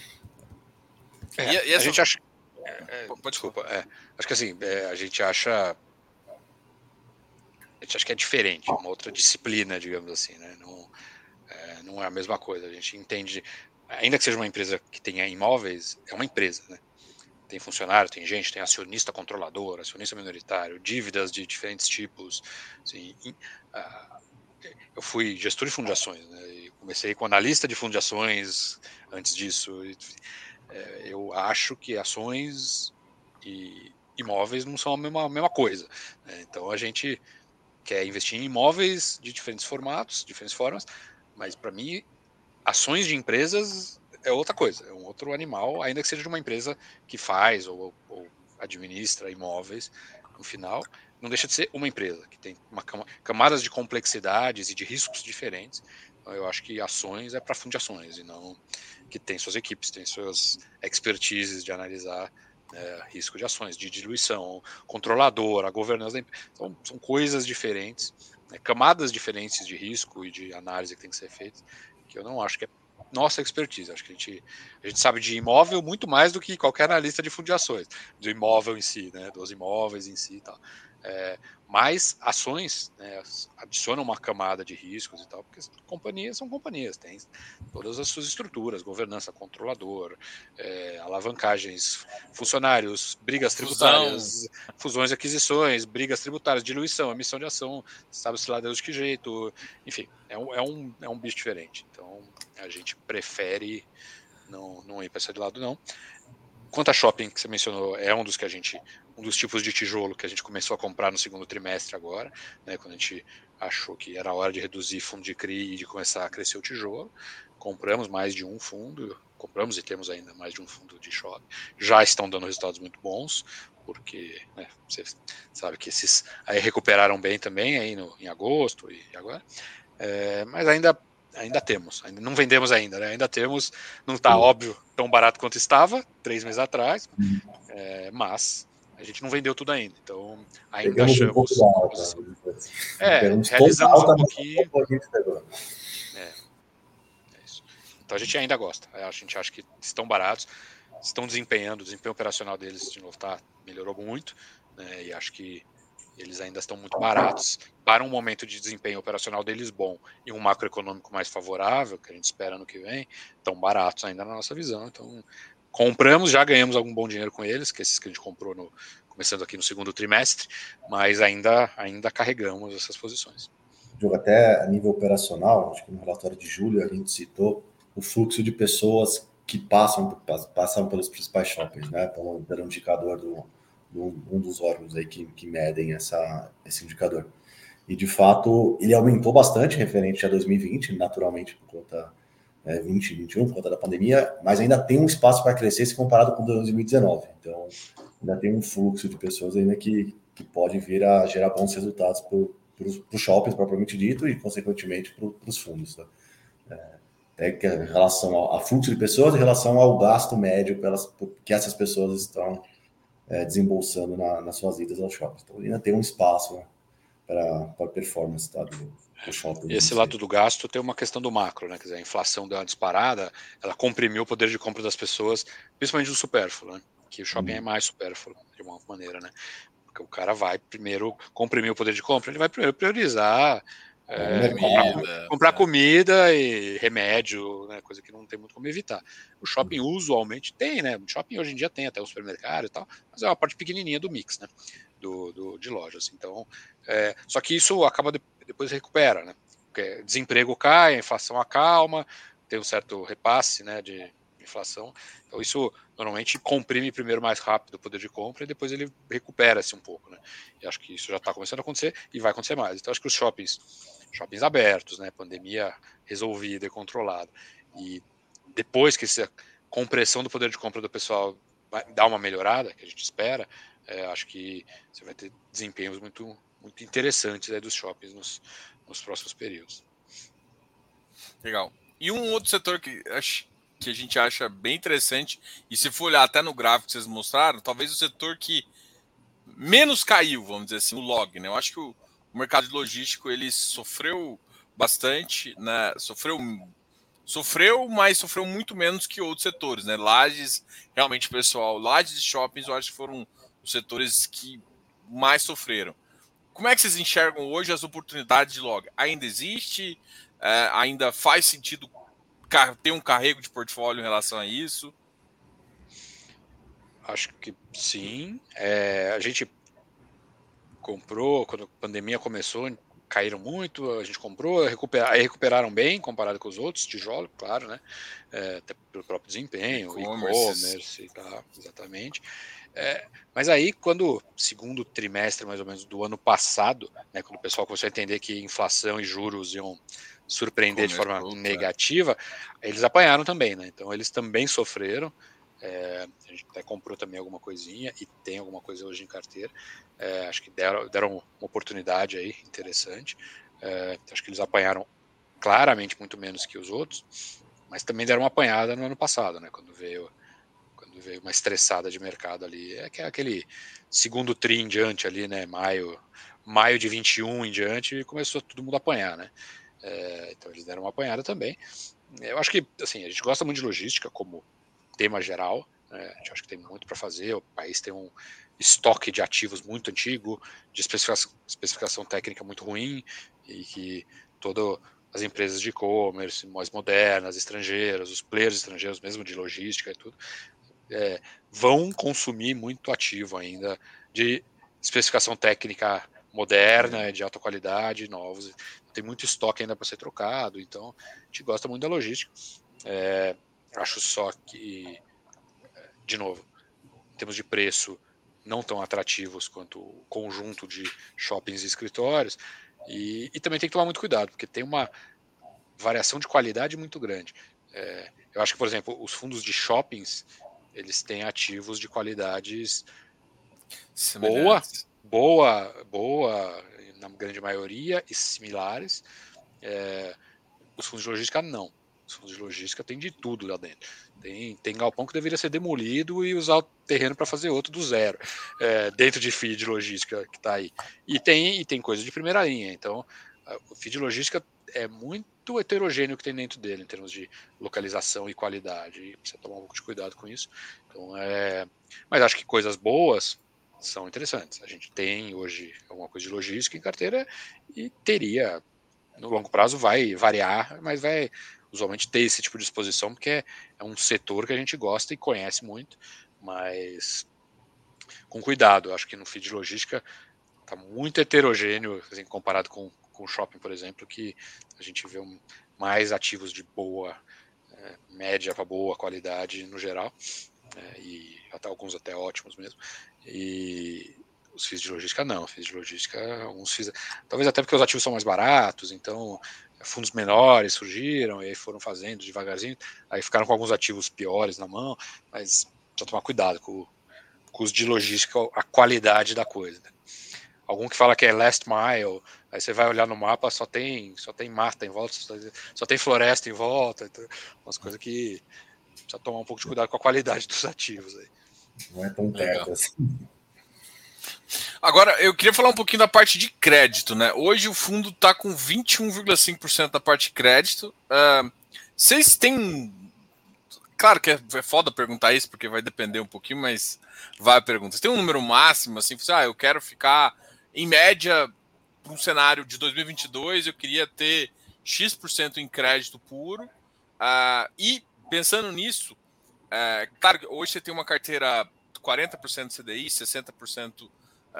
A gente acha. Desculpa, acho que assim, a gente acha que é diferente, uma outra disciplina, digamos assim, né? Não é a mesma coisa. A gente entende, ainda que seja uma empresa que tenha imóveis, é uma empresa, né? Tem funcionário, tem gente, tem acionista controlador, acionista minoritário, dívidas de diferentes tipos. Assim, eu fui gestor de fundo de ações, né? E comecei com analista de fundo de ações antes disso. Eu acho que ações e imóveis não são a mesma coisa. Né? Então a gente quer investir em imóveis de diferentes formatos, diferentes formas, mas para mim ações de empresas é outra coisa, é um outro animal, ainda que seja de uma empresa que faz ou administra imóveis. No final, não deixa de ser uma empresa que tem camadas de complexidades e de riscos diferentes. Então, eu acho que ações é para fundo de ações e não que tem suas equipes, tem suas expertises de analisar risco de ações, de diluição, controlador, a governança da empresa. São coisas diferentes, camadas diferentes de risco e de análise que tem que ser feitas, que eu não acho que é nossa expertise. Acho que a gente sabe de imóvel muito mais do que qualquer analista de fundo de ações, do imóvel em si, né, dos imóveis em si e tal. Mas ações, né, adicionam uma camada de riscos e tal, porque companhias são companhias, têm todas as suas estruturas, governança, controlador, alavancagens, funcionários, brigas tributárias, fusões e aquisições, brigas tributárias, diluição, emissão de ação, sabe-se lá Deus de que jeito, enfim, é um bicho diferente. Então, a gente prefere não ir para esse lado, não. Quanto a shopping, que você mencionou, é um dos tipos de tijolo que a gente começou a comprar no segundo trimestre agora, né, quando a gente achou que era hora de reduzir fundo de CRI e de começar a crescer o tijolo. Compramos mais de um fundo, compramos e temos ainda mais de um fundo de shopping. Já estão dando resultados muito bons, porque, né, você sabe que esses aí recuperaram bem também aí em agosto e agora. Mas ainda temos, ainda não vendemos ainda, né? Ainda temos, não está óbvio tão barato quanto estava 3 meses atrás, mas a gente não vendeu tudo ainda, então ainda achamos uma posição. Realizamos um pouquinho. É isso. Então a gente ainda gosta, a gente acha que estão baratos, estão desempenhando, o desempenho operacional deles de novo melhorou muito, né? E acho que eles ainda estão muito baratos para um momento de desempenho operacional deles bom e um macroeconômico mais favorável, que a gente espera no que vem, estão baratos ainda na nossa visão. Então, compramos, já ganhamos algum bom dinheiro com eles, que esses que a gente comprou começando aqui no segundo trimestre, mas ainda carregamos essas posições. Até a nível operacional, acho que no relatório de julho a gente citou o fluxo de pessoas que passam pelos principais shoppings, né? Pelo indicador um dos órgãos aí que medem esse indicador. E, de fato, ele aumentou bastante referente a 2020, naturalmente, por conta 2021, por conta da pandemia, mas ainda tem um espaço para crescer se comparado com 2019. Então, ainda tem um fluxo de pessoas ainda que pode vir a gerar bons resultados para os shoppings, propriamente dito, e, consequentemente, para os fundos. Tá? Em relação ao fluxo de pessoas, em relação ao gasto médio que essas pessoas estão desembolsando nas suas idas aos shoppings. Então, ainda tem um espaço, né, para performance, tá, do shopping. Esse lado do gasto tem uma questão do macro, né? Quer dizer, a inflação deu uma disparada, ela comprimiu o poder de compra das pessoas, principalmente do supérfluo, né? Que o shopping é mais supérfluo, de uma maneira, né? Porque o cara vai primeiro comprimir o poder de compra, ele vai primeiro priorizar comprar comida e remédio, né, coisa que não tem muito como evitar. O shopping usualmente tem, né? O shopping hoje em dia tem até o supermercado e tal, mas é uma parte pequenininha do mix, né? De lojas. Então, só que isso acaba depois recupera, né? Porque desemprego cai, a inflação acalma, tem um certo repasse, né, de inflação. Então isso normalmente comprime primeiro mais rápido o poder de compra e depois ele recupera-se um pouco, né? E acho que isso já está começando a acontecer e vai acontecer mais. Então acho que os shoppings abertos, né, pandemia resolvida e controlada, e depois que essa compressão do poder de compra do pessoal vai dar uma melhorada, que a gente espera, acho que você vai ter desempenhos muito, muito interessantes aí dos shoppings nos próximos períodos. Legal. E um outro setor que a gente acha bem interessante, e se for olhar até no gráfico que vocês mostraram, talvez o setor que menos caiu, vamos dizer assim, o log, né? Eu acho que o mercado logístico ele sofreu bastante, né? Sofreu, mas sofreu muito menos que outros setores, né? Lajes, realmente, pessoal, lajes e shoppings, eu acho que foram os setores que mais sofreram. Como é que vocês enxergam hoje as oportunidades de log? Ainda existe? Ainda faz sentido ter um carrego de portfólio em relação a isso? Acho que sim. A gente comprou, quando a pandemia começou, caíram muito, a gente comprou, aí recuperaram bem comparado com os outros, tijolo, claro, né? Até pelo próprio desempenho, e-commerce e tal, exatamente. Mas aí, quando segundo trimestre, mais ou menos, do ano passado, né, quando o pessoal começou a entender que inflação e juros iam surpreender de forma negativa, eles apanharam também, né? Então eles também sofreram. A gente até comprou também alguma coisinha e tem alguma coisa hoje em carteira. Acho que deram uma oportunidade aí interessante. Acho que eles apanharam claramente muito menos que os outros, mas também deram uma apanhada no ano passado, né? Quando veio uma estressada de mercado ali, que é aquele segundo tri em diante ali, né? Maio de 21 em diante, começou todo mundo a apanhar, né? Então eles deram uma apanhada também. Eu acho que assim, a gente gosta muito de logística como tema geral, né? A gente acha que tem muito para fazer, o país tem um estoque de ativos muito antigo, de especificação técnica muito ruim, e que todas as empresas de e-commerce mais modernas, estrangeiras, os players estrangeiros, mesmo de logística e tudo, vão consumir muito ativo ainda de especificação técnica moderna, de alta qualidade, novos. Tem muito estoque ainda para ser trocado, então a gente gosta muito da logística. Acho só que, de novo, em termos de preço, não tão atrativos quanto o conjunto de shoppings e escritórios, e também tem que tomar muito cuidado, porque tem uma variação de qualidade muito grande. Eu acho que, por exemplo, os fundos de shoppings, eles têm ativos de qualidades boa, na grande maioria, e similares. Os fundos de logística, não. Os fundos de logística tem de tudo lá dentro. Tem galpão que deveria ser demolido e usar o terreno para fazer outro do zero, dentro de FII de logística que está aí. E tem coisa de primeira linha. Então, o FII de logística é muito heterogêneo que tem dentro dele, em termos de localização e qualidade. E precisa tomar um pouco de cuidado com isso. Então, mas acho que coisas boas são interessantes. A gente tem hoje alguma coisa de logística em carteira e teria, no longo prazo vai variar, mas vai usualmente ter esse tipo de exposição, porque é um setor que a gente gosta e conhece muito, mas com cuidado. Eu acho que no FII de logística está muito heterogêneo, assim, comparado com o shopping, por exemplo, que a gente vê mais ativos de boa, média para boa qualidade no geral, e até alguns até ótimos mesmo. E os FIIs de logística não, FIIs de logística, alguns FIIs, talvez até porque os ativos são mais baratos, então fundos menores surgiram e aí foram fazendo devagarzinho, aí ficaram com alguns ativos piores na mão, mas precisa tomar cuidado com os de logística, a qualidade da coisa. Algum que fala que é last mile, aí você vai olhar no mapa, só tem mata em volta, só tem floresta em volta, então, umas coisas que precisa tomar um pouco de cuidado com a qualidade dos ativos aí. Não é tão perto assim. Agora, eu queria falar um pouquinho da parte de crédito, né? Hoje o fundo está com 21,5% da parte de crédito. Vocês têm... Claro que é foda perguntar isso, porque vai depender um pouquinho, mas vai a pergunta. Você tem um número máximo, assim, eu quero ficar, em média, para um cenário de 2022, eu queria ter X% em crédito puro. E, pensando nisso, claro que hoje você tem uma carteira 40% CDI, 60%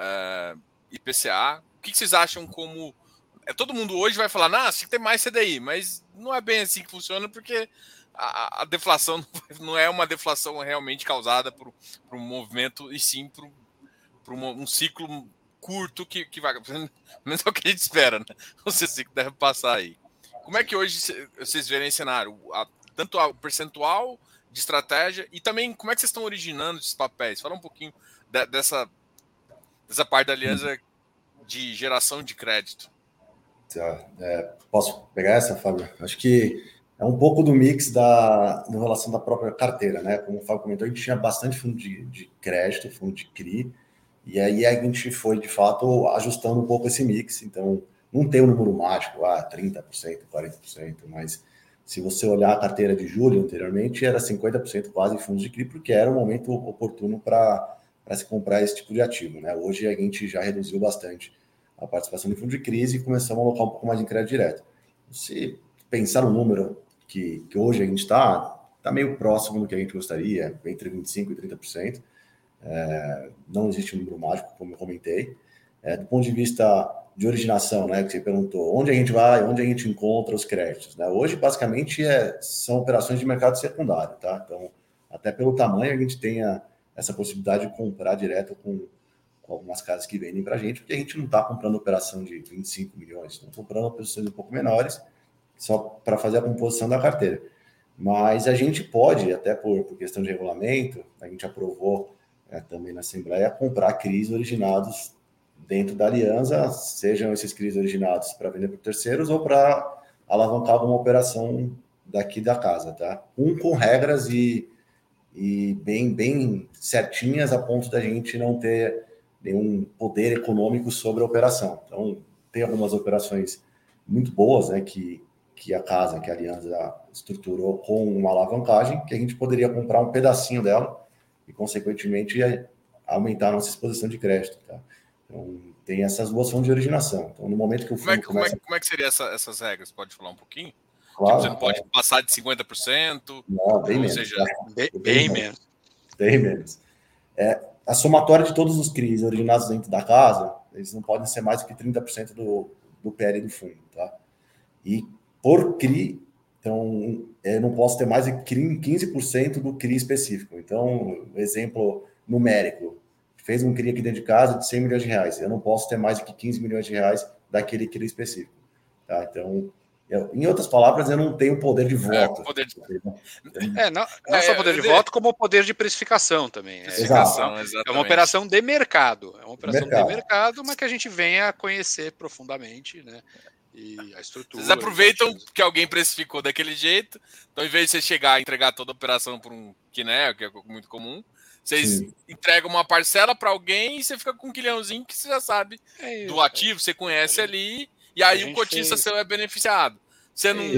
IPCA. O que vocês acham como... todo mundo hoje vai falar, você tem que ter mais CDI, mas não é bem assim que funciona, porque a deflação não é uma deflação realmente causada por um movimento, e sim por um ciclo curto que vai... Menos é o que a gente espera, né? Esse ciclo deve passar aí. Como é que hoje vocês verem esse cenário? Tanto o percentual de estratégia e também como é que vocês estão originando esses papéis? Fala um pouquinho dessa parte da aliança de geração de crédito. Posso pegar essa, Fábio? Acho que é um pouco do mix da relação da própria carteira, né? Como o Fábio comentou, a gente tinha bastante fundo de crédito, fundo de CRI, e aí a gente foi, de fato, ajustando um pouco esse mix. Então, não tem um número mágico, 30%, 40%, mas se você olhar a carteira de julho anteriormente, era 50% quase fundos de CRI, porque era o momento oportuno para se comprar esse tipo de ativo, né? Hoje a gente já reduziu bastante a participação de fundo de crise e começamos a alocar um pouco mais em crédito direto. Se pensar no número que hoje a gente está meio próximo do que a gente gostaria, entre 25% e 30%. Não existe um número mágico, como eu comentei. Do ponto de vista de originação, né, que você perguntou, onde a gente vai, onde a gente encontra os créditos, né? Hoje, basicamente, são operações de mercado secundário, tá? Então, até pelo tamanho, a gente tem essa possibilidade de comprar direto com algumas casas que vendem para a gente, porque a gente não está comprando operação de 25 milhões, estamos comprando operações um pouco menores, só para fazer a composição da carteira. Mas a gente pode, até por questão de regulamento, a gente aprovou também na Assembleia, comprar CRIs originados dentro da aliança, sejam esses CRIs originados para vender para terceiros ou para alavancar alguma operação daqui da casa, tá? Com regras e bem certinhas, a ponto da gente não ter nenhum poder econômico sobre a operação. Então, tem algumas operações muito boas, né, que que a casa, que a Aliança estruturou com uma alavancagem, que a gente poderia comprar um pedacinho dela e, consequentemente, aumentar a nossa exposição de crédito. Tá? Então, tem essas duas fontes de originação. Então, no momento que o fundo começa... Como é que seriam essas regras? Pode falar um pouquinho? Claro, tipo, você não pode passar de 50%? Não, bem ou menos. seja, bem menos. Bem menos. A somatória de todos os CRIs originados dentro da casa, eles não podem ser mais do que 30% do PL do fundo. Tá? E por CRI, então, eu não posso ter mais de 15% do CRI específico. Então, exemplo numérico, fez um CRI aqui dentro de casa de 100 milhões de reais. Eu não posso ter mais de 15 milhões de reais daquele CRI específico. Tá? Então, em outras palavras, eu não tenho poder de voto. Não só poder de voto, como o poder de precificação também. É uma operação de mercado. É uma operação de mercado, mas que a gente venha a conhecer profundamente, né? E a estrutura. Vocês aproveitam que alguém precificou daquele jeito, então, em vez de você chegar a entregar toda a operação por um Quiné, que é muito comum, vocês entregam uma parcela para alguém e você fica com um quilhãozinho que você já sabe do ativo, você conhece ali, e aí o cotista seu é beneficiado. Você não.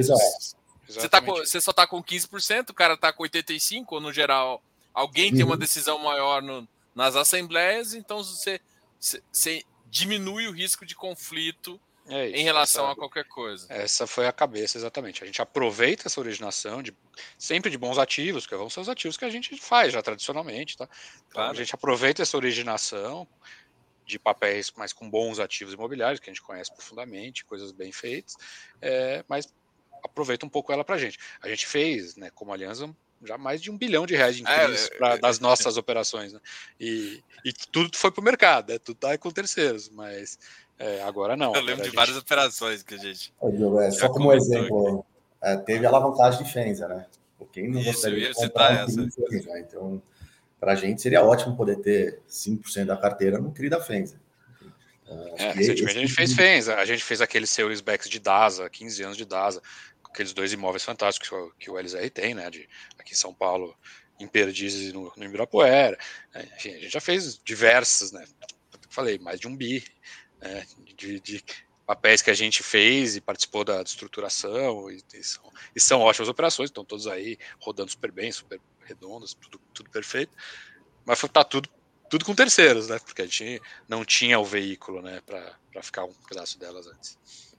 Você só está com 15%, o cara está com 85%, ou no geral, alguém tem uma decisão maior nas assembleias, então você diminui o risco de conflito em relação a qualquer coisa. Essa foi a cabeça, exatamente. A gente aproveita essa originação sempre de bons ativos, que vão ser os ativos que a gente faz já tradicionalmente. Tá? Então, a gente aproveita essa originação de papéis, mas com bons ativos imobiliários, que a gente conhece profundamente, coisas bem feitas, mas aproveita um pouco ela para a gente. A gente fez, né, como Aliança, já mais de R$1 bilhão de CRIs das nossas operações. Né? E tudo foi para o mercado, né? Tudo está com terceiros, mas agora não. Eu lembro de várias operações que a gente. Só como exemplo, teve a alavancagem de Fenza, né? Quem não gostaria de comprar um CRI, né? Então, para a gente seria ótimo poder ter 5% da carteira no CRI da Fenza. Recentemente a gente fez Fenza, a gente fez aqueles sale-backs de DASA, 15 anos de DASA, com aqueles 2 imóveis fantásticos que o LZR tem, né? Aqui em São Paulo, em Perdizes e no Ibirapuera. Enfim, a gente já fez diversas, né? Falei, mais de 1 bi, né, de papéis que a gente fez e participou da estruturação, e são ótimas operações, estão todos aí rodando super bem, super redondas, tudo perfeito, mas tá tudo com terceiros, né, porque a gente não tinha o veículo, né, para ficar um pedaço delas antes.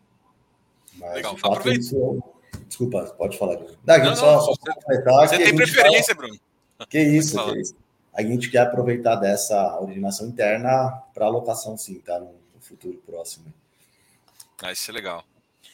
Mas, legal, aproveita. Desculpa, pode falar. Só você tem preferência, Bruno. Que isso. A gente quer aproveitar dessa originação interna para alocação, sim, tá? No futuro próximo. Isso é legal.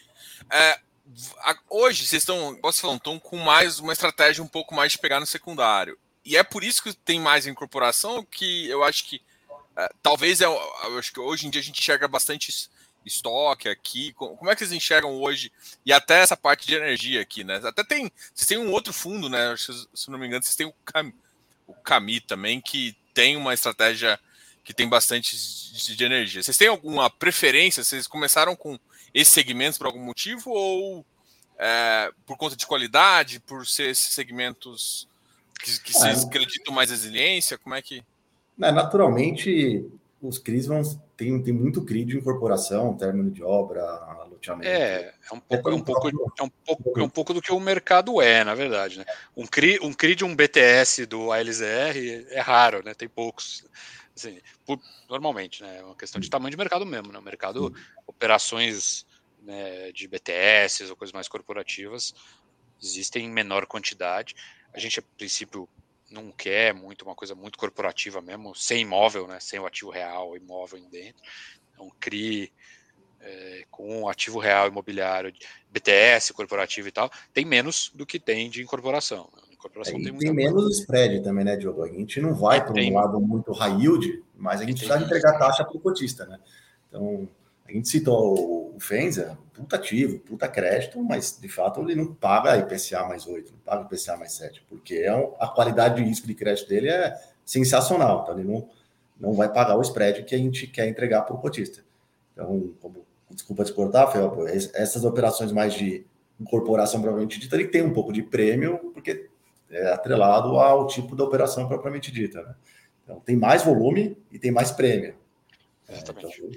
Hoje, vocês estão com mais uma estratégia um pouco mais de pegar no secundário. E é por isso que tem mais incorporação, que eu acho que talvez eu acho que hoje em dia a gente enxerga bastante estoque aqui. Como é que vocês enxergam hoje? E até essa parte de energia aqui, né? Vocês têm um outro fundo, né? Se não me engano, vocês têm o Cami também, que tem uma estratégia que tem bastante de energia. Vocês têm alguma preferência? Vocês começaram com esses segmentos por algum motivo ou por conta de qualidade, por ser esses segmentos que vocês acreditam mais resiliência? Como é que... Naturalmente, os CRIs tem muito CRI de incorporação, término de obra, loteamento. É um pouco do que o mercado na verdade. Né? Um CRI de um BTS do ALZR é raro, né? Tem poucos. Assim, normalmente, né? É uma questão de tamanho de mercado mesmo. Né? O mercado, operações, né, de BTS ou coisas mais corporativas existem em menor quantidade. A gente, a princípio, não quer uma coisa muito corporativa mesmo, sem imóvel, né? Sem o ativo real, imóvel em dentro. Então, CRI com ativo real imobiliário, BTS, corporativo e tal, tem menos do que tem de incorporação. Incorporação tem menos spread também, né, Diogo? A gente não vai para um lado muito high yield, mas a gente precisa entregar taxa para o cotista, né? Então, a gente citou o Fenza, puta ativo, puta crédito, mas de fato ele não paga IPCA mais 8, não paga IPCA mais 7, porque a qualidade de risco de crédito dele é sensacional, então ele não vai pagar o spread que a gente quer entregar para o cotista. Então, desculpa te cortar, Felpo, essas operações mais de incorporação propriamente dita, ele tem um pouco de prêmio, porque é atrelado ao tipo da operação propriamente dita, né? Então, tem mais volume e tem mais prêmio. Exatamente. Então,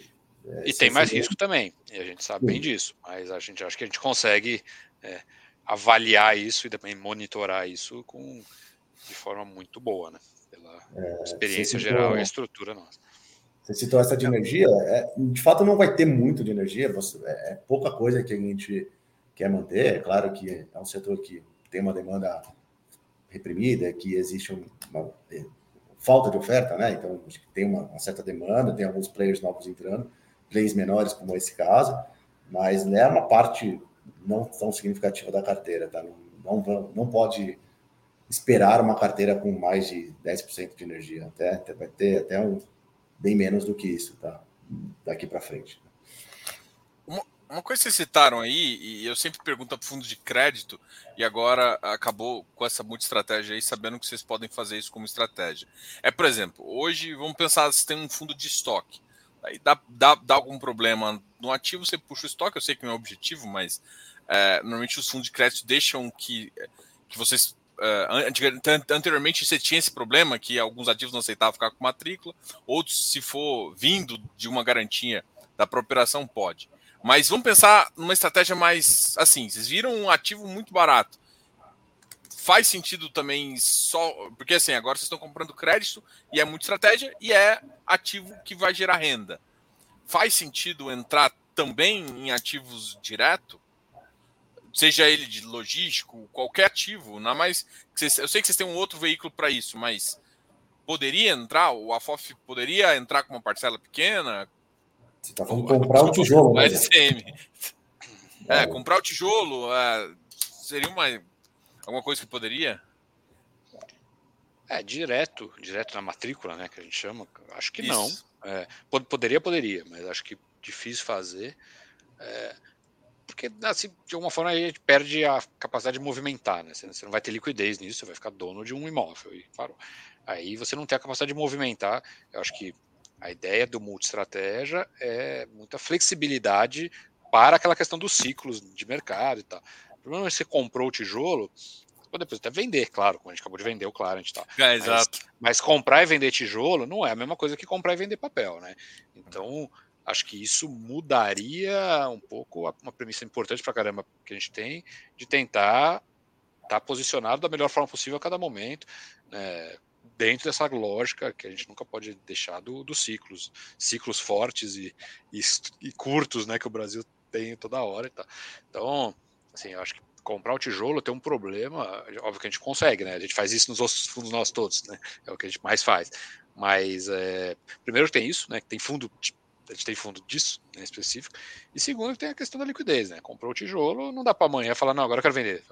E tem mais risco também, e a gente sabe bem disso, mas a gente acha que a gente consegue avaliar isso e também monitorar isso de forma muito boa, né? Pela experiência geral e a estrutura nossa. Você citou essa de energia, de fato não vai ter muito de energia, é pouca coisa que a gente quer manter. É claro que é um setor que tem uma demanda reprimida, que existe uma falta de oferta, né? Então acho que tem uma certa demanda, tem alguns players novos entrando, players menores como esse caso, mas é uma parte não tão significativa da carteira, tá? Não pode esperar uma carteira com mais de 10% de energia, vai ter até bem menos do que isso, tá? Daqui para frente. Uma coisa que vocês citaram aí, e eu sempre pergunto para fundo de crédito, e agora acabou com essa multi-estratégia aí, sabendo que vocês podem fazer isso como estratégia. Por exemplo, hoje, vamos pensar se tem um fundo de estoque. Aí dá algum problema no ativo, você puxa o estoque, eu sei que não é objetivo, mas normalmente os fundos de crédito deixam que vocês... anteriormente você tinha esse problema que alguns ativos não aceitavam ficar com matrícula, outros, se for vindo de uma garantia da própria operação, pode. Mas vamos pensar numa estratégia mais assim, vocês viram um ativo muito barato. Faz sentido também só... Porque assim, agora vocês estão comprando crédito e é muita estratégia e é ativo que vai gerar renda. Faz sentido entrar também em ativos direto? Seja ele de logístico, qualquer ativo, não mais. Eu sei que vocês têm um outro veículo para isso, mas poderia entrar? O AFOF poderia entrar com uma parcela pequena? Você está falando comprar o tijolo, né? LCM. Comprar o tijolo seria alguma coisa que poderia? Direto na matrícula, né, que a gente chama. Acho que isso. Não. Poderia, mas acho que difícil fazer. Porque, assim, de alguma forma, a gente perde a capacidade de movimentar, né? Você não vai ter liquidez nisso, você vai ficar dono de um imóvel. E parou. Aí você não tem a capacidade de movimentar. Eu acho que a ideia do multi-estratégia é muita flexibilidade para aquela questão dos ciclos de mercado e tal. O problema é que você comprou o tijolo, você pode depois até vender, claro, como a gente acabou de vender o Clarent e tal. Exato. Mas comprar e vender tijolo não é a mesma coisa que comprar e vender papel, né? Então, acho que isso mudaria um pouco uma premissa importante para caramba que a gente tem de tentar estar posicionado da melhor forma possível a cada momento, né, dentro dessa lógica que a gente nunca pode deixar dos ciclos fortes e curtos, né, que o Brasil tem toda hora e tal. Então, assim, eu acho que comprar o tijolo tem um problema, óbvio que a gente consegue, né? A gente faz isso nos outros fundos nós todos, né? É o que a gente mais faz. Mas primeiro tem isso, né? Que tem fundo, a gente tem fundo disso, né, específico. E segundo tem a questão da liquidez, né? Comprou o tijolo, não dá para amanhã falar, não, agora eu quero vender.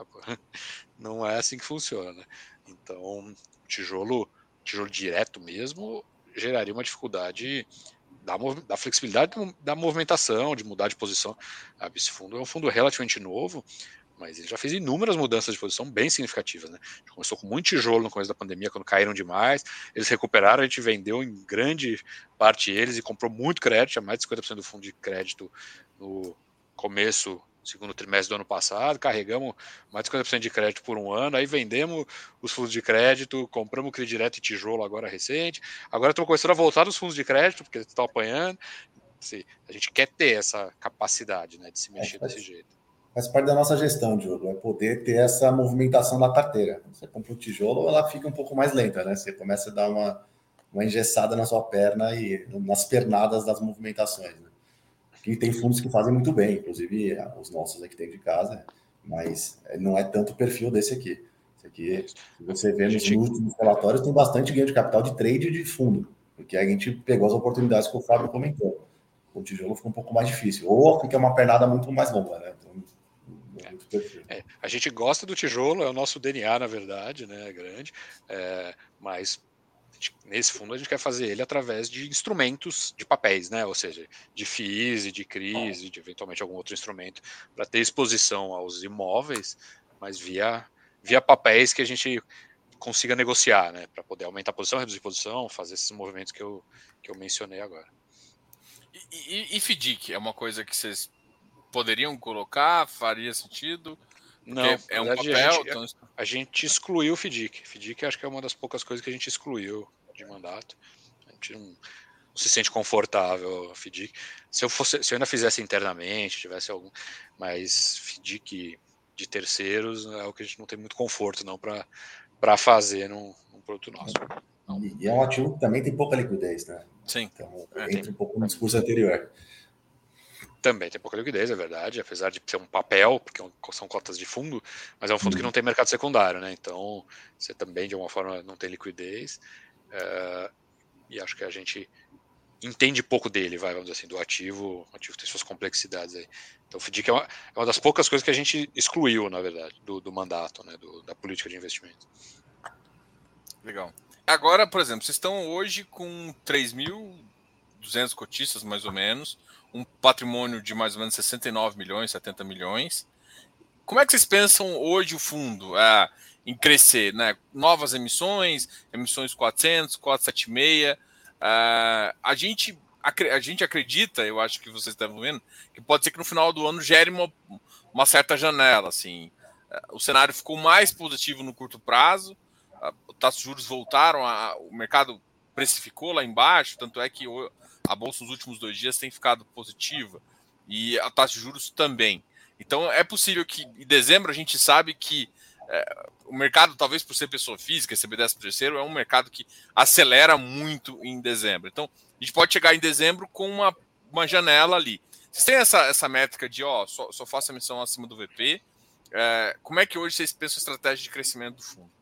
Não é assim que funciona, né? Então, o tijolo direto mesmo geraria uma dificuldade da flexibilidade da movimentação, de mudar de posição. Esse fundo é um fundo relativamente novo, mas ele já fez inúmeras mudanças de posição bem significativas, né? A gente começou com muito tijolo no começo da pandemia, quando caíram demais, eles recuperaram, a gente vendeu em grande parte eles e comprou muito crédito, tinha mais de 50% do fundo de crédito no começo, segundo trimestre do ano passado, carregamos mais de 50% de crédito por um ano, aí vendemos os fundos de crédito, compramos o crédito direto e tijolo agora recente, agora estamos começando a voltar dos fundos de crédito, porque estão apanhando. Assim, a gente quer ter essa capacidade, né, de se mexer desse jeito. Faz parte da nossa gestão, Diogo, é poder ter essa movimentação da carteira. Você compra o tijolo, ela fica um pouco mais lenta, né? Você começa a dar uma engessada na sua perna e nas pernadas das movimentações, né? E tem fundos que fazem muito bem, inclusive os nossos aqui dentro de casa, mas não é tanto o perfil desse aqui. Esse aqui, se você vê nos últimos relatórios, tem bastante ganho de capital de trade de fundo, porque a gente pegou as oportunidades que o Fábio comentou. O tijolo fica um pouco mais difícil, ou fica uma pernada muito mais longa, né? Então, a gente gosta do tijolo, é o nosso DNA, na verdade, né? Grande, mas nesse fundo a gente quer fazer ele através de instrumentos de papéis, né? Ou seja, de FIIs e de CRIs e de eventualmente algum outro instrumento para ter exposição aos imóveis, mas via papéis que a gente consiga negociar, né? Para poder aumentar a posição, reduzir a posição, fazer esses movimentos que eu mencionei agora. E FDIC é uma coisa que vocês poderiam colocar? Faria sentido? Porque não, é um papel. A gente excluiu o FDIC. FDIC acho que é uma das poucas coisas que a gente excluiu de mandato. A gente se sente confortável. FDIC, se eu ainda fizesse internamente, tivesse algum, mas FDIC de terceiros é o que a gente não tem muito conforto não para fazer num produto nosso. E é um ativo que também tem pouca liquidez, né? Sim. Então entra um pouco no discurso anterior. Também tem pouca liquidez, é verdade, apesar de ser um papel, porque são cotas de fundo, mas é um fundo que não tem mercado secundário, né? Então você também de alguma forma não tem liquidez, e acho que a gente entende pouco dele, vamos dizer assim, do ativo. O ativo tem suas complexidades aí. Então o FDIC é uma das poucas coisas que a gente excluiu, na verdade, do mandato, né? Da política de investimento. Legal. Agora, por exemplo, vocês estão hoje com 3.200 cotistas, mais ou menos, um patrimônio de mais ou menos 69 milhões, 70 milhões. Como é que vocês pensam hoje o fundo em crescer, né? Novas emissões 400, 476. A gente acredita, eu acho que vocês estão vendo, que pode ser que no final do ano gere uma certa janela. Assim. O cenário ficou mais positivo no curto prazo, os taxas de juros voltaram, o mercado precificou lá embaixo, tanto é que a bolsa nos últimos 2 dias tem ficado positiva, e a taxa de juros também. Então é possível que em dezembro a gente sabe que o mercado, talvez por ser pessoa física, receber 13º, é um mercado que acelera muito em dezembro. Então a gente pode chegar em dezembro com uma janela ali. Vocês têm essa métrica de só faço emissão acima do VP? Como é que hoje vocês pensam a estratégia de crescimento do fundo?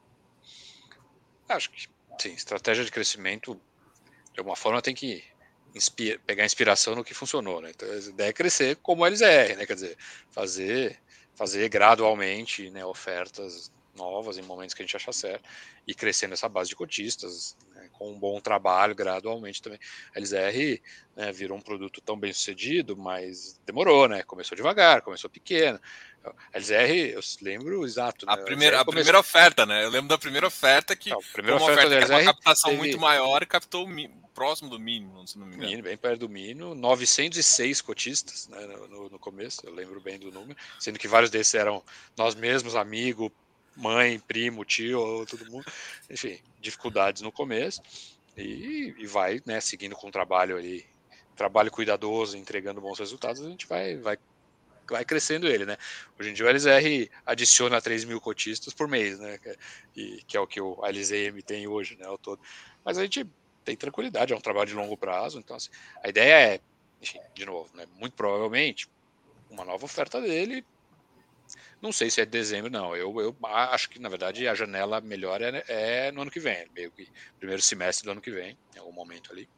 Acho que sim, estratégia de crescimento, de alguma forma, tem que pegar inspiração no que funcionou, né? Então a ideia é crescer como eles né? Quer dizer, fazer gradualmente, né, ofertas novas em momentos que a gente acha certo e crescendo essa base de cotistas, né, com um bom trabalho gradualmente também. A LZR, né, virou um produto tão bem sucedido, mas demorou, né? Começou devagar, começou pequeno. A LZR, eu lembro exato, né? A primeira oferta, né? Eu lembro da primeira oferta que foi uma oferta que era uma captação teve... muito maior e captou próximo do mínimo, se não me engano. Bem perto do mínimo, 906 cotistas, né, no começo, eu lembro bem do número, sendo que vários desses eram nós mesmos, amigo, mãe, primo, tio, todo mundo, enfim, dificuldades no começo, e vai, né, seguindo com o trabalho ali, trabalho cuidadoso, entregando bons resultados, a gente vai crescendo ele, né? Hoje em dia o LZR adiciona 3 mil cotistas por mês, né? Que é o que o LZM tem hoje, né? Ao todo. Mas a gente tem tranquilidade, é um trabalho de longo prazo, então assim, a ideia é, enfim, de novo, né? Muito provavelmente uma nova oferta dele. Não sei se é dezembro, não. Eu acho que, na verdade, a janela melhor é no ano que vem, meio que primeiro semestre do ano que vem, em algum momento ali.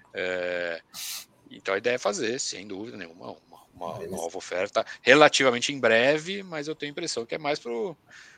Então a ideia é fazer, sem dúvida nenhuma, uma nova oferta relativamente em breve, mas eu tenho a impressão que é mais pro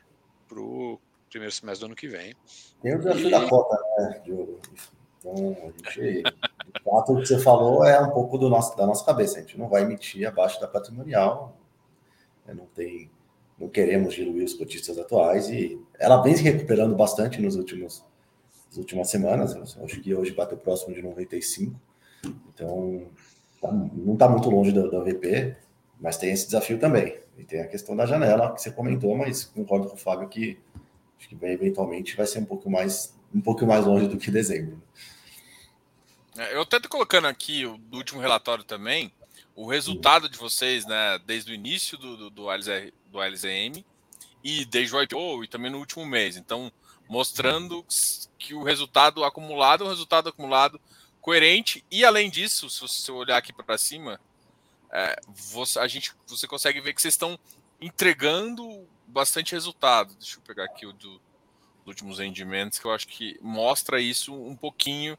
primeiro semestre do ano que vem. Tem o desafio da cota, né, Diogo? Então, a gente, de fato, o que você falou é um pouco da nossa cabeça. A gente não vai emitir abaixo da patrimonial, né? Não queremos diluir os cotistas atuais, e ela vem se recuperando bastante nas últimas semanas. Eu acho que hoje bateu próximo de 95. Então, não está muito longe da VP, mas tem esse desafio também. E tem a questão da janela, que você comentou, mas concordo com o Fábio que acho que eventualmente vai ser um pouco mais longe do que dezembro. Eu até estou colocando aqui do último relatório também o resultado de vocês, né, desde o início do LZM e desde o IPO e também no último mês. Então, mostrando que o resultado acumulado é um resultado acumulado coerente, e além disso, se você olhar aqui para cima, você consegue ver que vocês estão entregando bastante resultado. Deixa eu pegar aqui o dos últimos rendimentos, que eu acho que mostra isso um pouquinho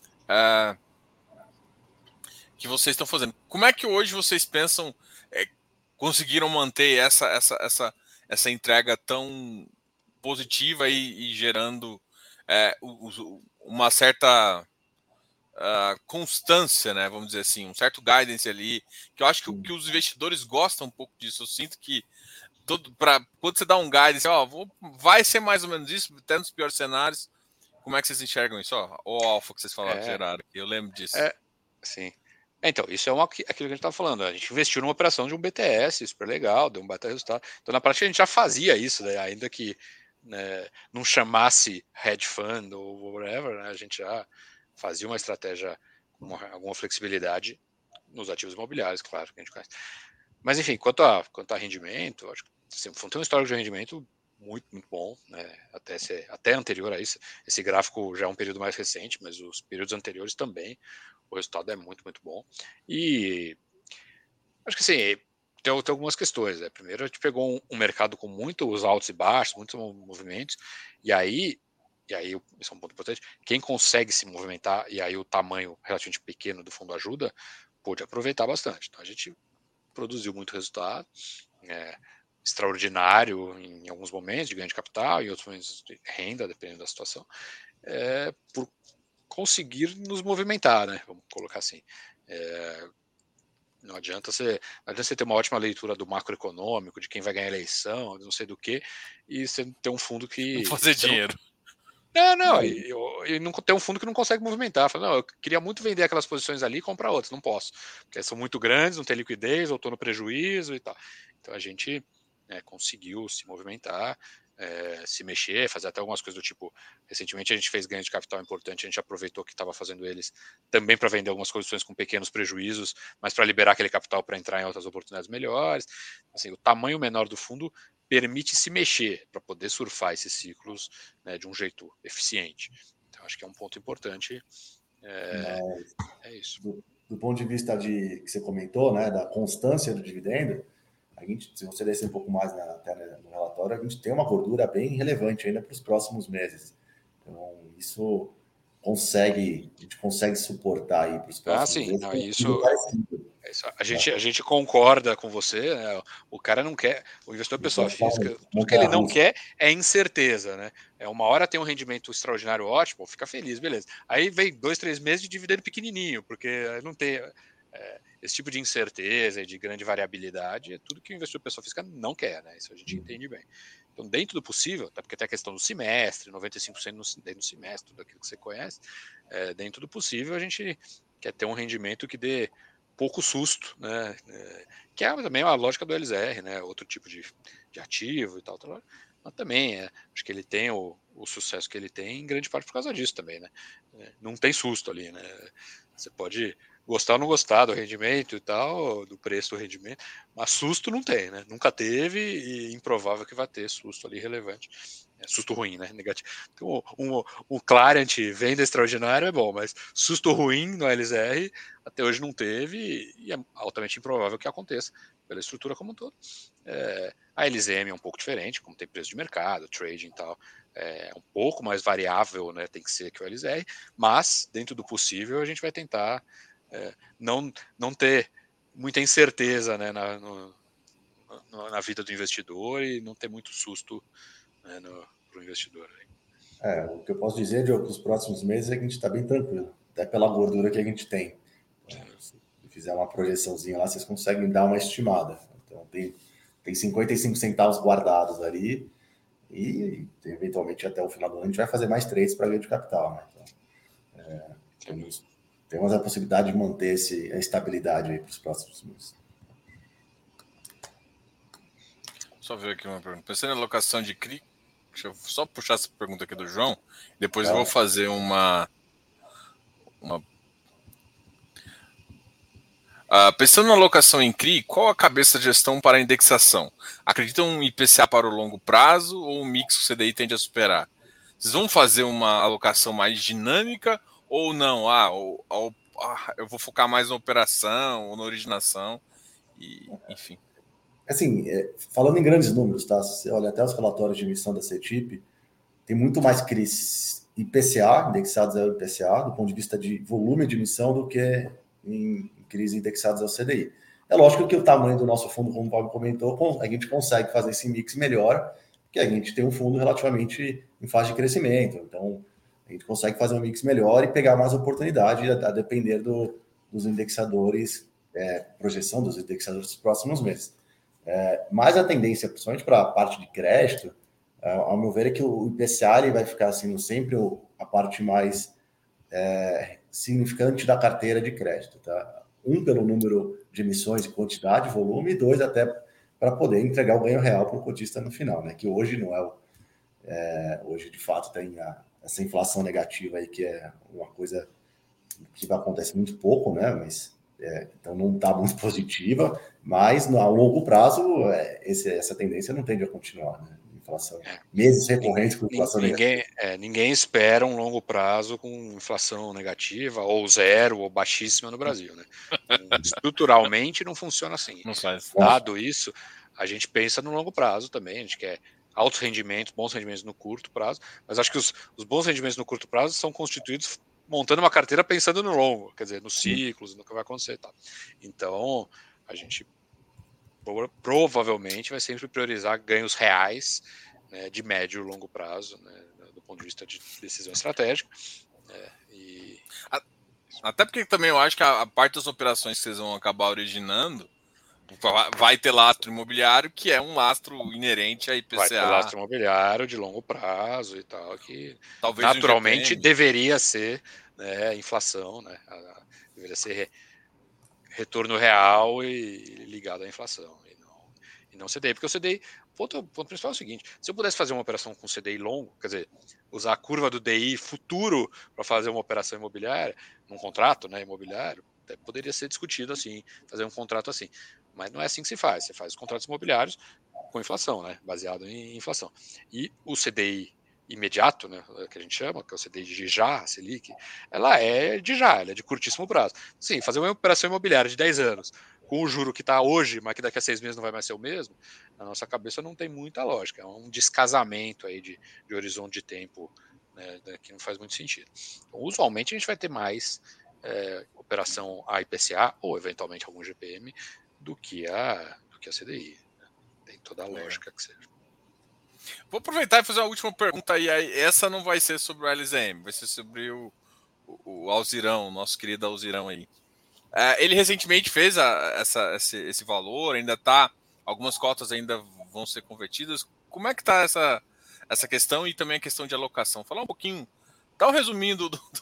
que vocês estão fazendo. Como é que hoje vocês pensam conseguiram manter essa entrega tão positiva e gerando uma certa constância, né? Vamos dizer assim, um certo guidance ali, que eu acho que os investidores gostam um pouco disso. Eu sinto que quando você dá um guidance, vai ser mais ou menos isso, até nos piores cenários. Como é que vocês enxergam isso? O alfa que vocês falaram, geraram aqui, eu lembro disso. Sim. Então, isso é aquilo que a gente estava falando. A gente investiu numa operação de um BTS, super legal, deu um baita resultado. Então, na prática, a gente já fazia isso, né? Ainda que, né, não chamasse hedge fund ou whatever, né? A gente já fazia uma estratégia alguma flexibilidade nos ativos imobiliários, claro, que a gente conhece. Mas, enfim, quanto a rendimento, acho que assim, o fundo tem um histórico de rendimento muito, muito bom, né? Até anterior a isso. Esse gráfico já é um período mais recente, mas os períodos anteriores também, o resultado é muito, muito bom. E acho que assim, tem algumas questões. Né? Primeiro, a gente pegou um mercado com muitos altos e baixos, muitos movimentos, e aí, isso é um ponto importante, quem consegue se movimentar, e aí o tamanho relativamente pequeno do fundo ajuda, pôde aproveitar bastante. Então a gente produziu muito resultado, extraordinário em alguns momentos de ganho de capital, em outros momentos de renda, dependendo da situação, por conseguir nos movimentar, né? Vamos colocar assim. Não adianta você ter uma ótima leitura do macroeconômico, de quem vai ganhar a eleição, não sei do que, e você ter um fundo que. Não fazer dinheiro. E não ter um fundo que não consegue movimentar. Fala, não, eu queria muito vender aquelas posições ali e comprar outras, não posso, porque são muito grandes, não tem liquidez, ou estou no prejuízo e tal. Então a gente conseguiu se movimentar, se mexer, fazer até algumas coisas do tipo, recentemente a gente fez ganho de capital importante, a gente aproveitou que estava fazendo eles também para vender algumas posições com pequenos prejuízos, mas para liberar aquele capital para entrar em outras oportunidades melhores. Assim, o tamanho menor do fundo permite se mexer para poder surfar esses ciclos, né, de um jeito eficiente. Então acho que é um ponto importante. É isso. Do ponto de vista que você comentou, né, da constância do dividendo, a gente, se você descer um pouco mais no relatório, a gente tem uma gordura bem relevante ainda para os próximos meses. Então, isso a gente consegue suportar aí para os próximos meses. Não, a gente concorda com você, né? O cara não quer, o investidor pessoa física, tudo que ele não quer é incerteza, né? Uma hora tem um rendimento extraordinário ótimo, fica feliz, beleza. Aí vem 2, 3 meses de dividendo pequenininho, porque não tem esse tipo de incerteza e de grande variabilidade, é tudo que o investidor pessoa física não quer, né? Isso a gente entende bem. Então, dentro do possível, até porque tem a questão do semestre, 95% dentro do semestre, tudo aquilo que você conhece, dentro do possível a gente quer ter um rendimento que dê pouco susto, né? Que é também a lógica do LZR, né? Outro tipo de ativo e tal, mas também acho que ele tem o sucesso que ele tem em grande parte por causa disso também, né? Não tem susto ali, né? Você pode gostar ou não gostar do rendimento e tal, do preço do rendimento, mas susto não tem, né? Nunca teve e improvável que vai ter susto ali relevante. Susto ruim, né? Negativo. Então, o Clariant venda extraordinário é bom, mas susto ruim no LZR até hoje não teve e é altamente improvável que aconteça pela estrutura como um todo. A LZM é um pouco diferente, como tem preço de mercado, trading e tal, é um pouco mais variável, né? Tem que ser que o LZR, mas dentro do possível a gente vai tentar não ter muita incerteza, né, na vida do investidor e não ter muito susto, né, para o investidor. O que eu posso dizer de os próximos meses é que a gente está bem tranquilo, até pela gordura que a gente tem. Então, se fizer uma projeçãozinha lá, vocês conseguem dar uma estimada. Então, tem 55 centavos guardados ali e, eventualmente, até o final do ano, a gente vai fazer mais trades para ganho de capital. Né? Então, temos a possibilidade de manter a estabilidade aí para os próximos meses. Só ver aqui uma pergunta. Pensando em alocação de CRI, deixa eu só puxar essa pergunta aqui do João. Depois eu vou fazer pensando na alocação em CRI, qual a cabeça de gestão para a indexação? Acreditam em IPCA para o longo prazo ou um mix que o CDI tende a superar? Vocês vão fazer uma alocação mais dinâmica ou não? Eu vou focar mais na operação ou na originação, enfim. Assim, falando em grandes números, tá? Se você olha até os relatórios de emissão da CETIP, tem muito mais CRIs IPCA, indexados ao IPCA, do ponto de vista de volume de emissão, do que em CRIs indexados ao CDI. É lógico que o tamanho do nosso fundo, como o Paulo comentou, a gente consegue fazer esse mix melhor, porque a gente tem um fundo relativamente em fase de crescimento. Então, a gente consegue fazer um mix melhor e pegar mais oportunidade a depender dos indexadores, projeção dos indexadores dos próximos meses. Mas a tendência, principalmente para a parte de crédito, ao meu ver, é que o IPCA ele vai ficar sendo sempre a parte mais significante da carteira de crédito. Tá? Pelo número de emissões e quantidade, volume, e 2, até para poder entregar o ganho real para o cotista no final, né? Que hoje não hoje, de fato, tem essa inflação negativa aí, que é uma coisa que acontece muito pouco, né? Mas então não está muito positiva, mas a longo prazo essa tendência não tende a continuar, né? Inflação, meses recorrentes com inflação negativa. Ninguém espera um longo prazo com inflação negativa ou zero ou baixíssima no Brasil, né? Estruturalmente não funciona assim. Não faz. Dado isso, a gente pensa no longo prazo também, a gente quer altos rendimentos, bons rendimentos no curto prazo, mas acho que os bons rendimentos no curto prazo são constituídos montando uma carteira pensando no longo, quer dizer, nos ciclos, no que vai acontecer e tal. Então, a gente provavelmente vai sempre priorizar ganhos reais, né, de médio e longo prazo, né, do ponto de vista de decisão estratégica. Até porque também eu acho que a parte das operações que vocês vão acabar originando vai ter lastro imobiliário, que é um lastro inerente a IPCA. Vai ter lastro imobiliário de longo prazo e tal, que talvez naturalmente deveria ser, né, inflação, né, deveria ser retorno real e ligado à inflação, e não CDI, porque o CDI, o ponto principal é o seguinte: se eu pudesse fazer uma operação com CDI longo, quer dizer, usar a curva do DI futuro para fazer uma operação imobiliária, num contrato, né, imobiliário, até poderia ser discutido assim, fazer um contrato assim, mas não é assim que se faz. Você faz os contratos imobiliários com inflação, né, baseado em inflação. E o CDI imediato, né, que a gente chama, que é o CDI de já, a Selic, ela é de curtíssimo prazo. Sim, fazer uma operação imobiliária de 10 anos com o juro que está hoje, mas que daqui a 6 meses não vai mais ser o mesmo, na nossa cabeça não tem muita lógica. É um descasamento aí de horizonte de tempo, né, que não faz muito sentido. Então, usualmente a gente vai ter mais operação a IPCA ou eventualmente algum GPM do que a CDI. Né? Tem toda a lógica que seja. Vou aproveitar e fazer uma última pergunta aí. Essa não vai ser sobre o LZM, vai ser sobre o Alzirão, nosso querido Alzirão aí. Ele recentemente fez esse valor, ainda está. Algumas cotas ainda vão ser convertidas. Como é que está essa questão e também a questão de alocação? Falar um pouquinho, dá um resuminho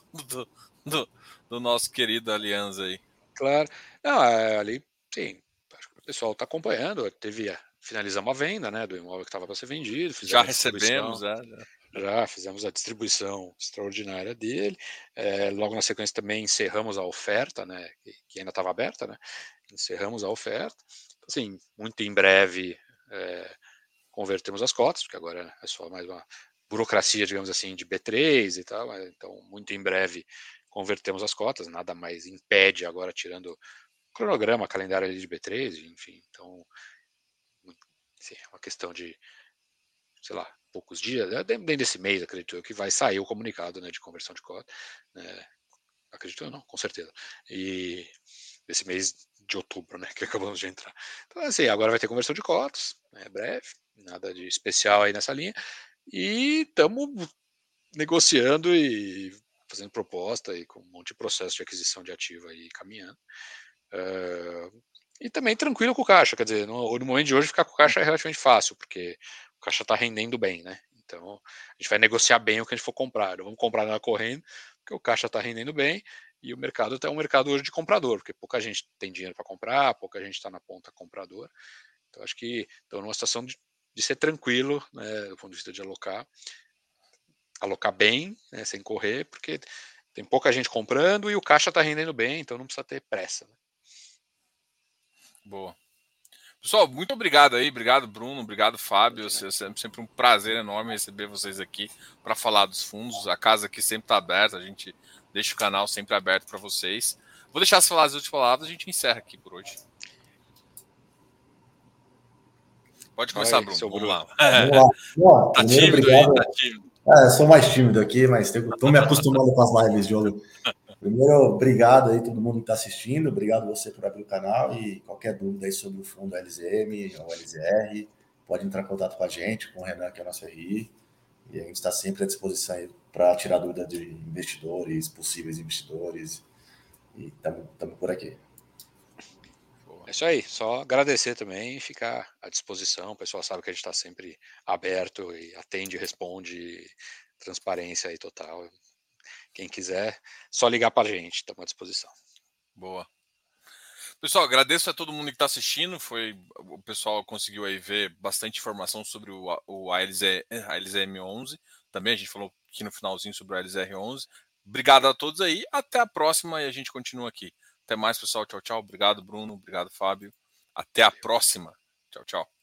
do nosso querido Alianza aí. Claro. Não, ali, sim, acho que o pessoal está acompanhando. Finalizamos a venda, né, do imóvel que estava para ser vendido. Já recebemos, Já fizemos a distribuição extraordinária dele. Logo na sequência também encerramos a oferta, né, que ainda estava aberta, né? Encerramos a oferta. Assim, muito em breve convertemos as cotas, porque agora é só mais uma burocracia, digamos assim, de B3 e tal. Então, muito em breve convertemos as cotas, nada mais impede agora, tirando o cronograma, calendário ali de B3, enfim. Então, sim, é uma questão de, sei lá, poucos dias, dentro desse mês, acredito eu, que vai sair o comunicado, né, de conversão de cota. Né? Acredito eu, não, com certeza. E desse mês de outubro, né, que acabamos de entrar. Então, assim, agora vai ter conversão de cotas, né, breve, nada de especial aí nessa linha. E estamos negociando e fazendo proposta e com um monte de processo de aquisição de ativo aí caminhando. E também tranquilo com o caixa, quer dizer, no momento de hoje ficar com o caixa é relativamente fácil, porque o caixa está rendendo bem, né? Então a gente vai negociar bem o que a gente for comprar. Não vamos comprar nada correndo, porque o caixa está rendendo bem e o mercado é um mercado hoje de comprador, porque pouca gente tem dinheiro para comprar, pouca gente está na ponta compradora. Então acho que estão numa situação de ser tranquilo, né, do ponto de vista de alocar bem, né, sem correr, porque tem pouca gente comprando e o caixa está rendendo bem, então não precisa ter pressa. Né? Boa. Pessoal, muito obrigado aí, obrigado Bruno, obrigado Fábio, sempre um prazer enorme receber vocês aqui para falar dos fundos. A casa aqui sempre está aberta, a gente deixa o canal sempre aberto para vocês. Vou deixar as últimas palavras, a gente encerra aqui por hoje. Pode começar, Bruno. Vamos lá. Bom, tá primeiro, tímido obrigado. Aí, tá tímido. Eu sou mais tímido aqui, mas estou me acostumando com as lives, Diogo. Primeiro, obrigado aí todo mundo que está assistindo, obrigado você por abrir o canal e qualquer dúvida aí sobre o fundo LZM ou LZR, pode entrar em contato com a gente, com o Renan, que é o nosso RI, e a gente está sempre à disposição para tirar dúvida de investidores, possíveis investidores, e estamos por aqui. É isso aí, só agradecer também e ficar à disposição. O pessoal sabe que a gente está sempre aberto e atende, responde, transparência aí total. Quem quiser, só ligar para a gente, estamos à disposição. Boa. Pessoal, agradeço a todo mundo que está assistindo. O pessoal conseguiu aí ver bastante informação sobre a LZM11. Também a gente falou aqui no finalzinho sobre o LZR11. Obrigado a todos aí. Até a próxima e a gente continua aqui. Até mais, pessoal. Tchau, tchau. Obrigado, Bruno. Obrigado, Fábio. Até a próxima. Tchau, tchau.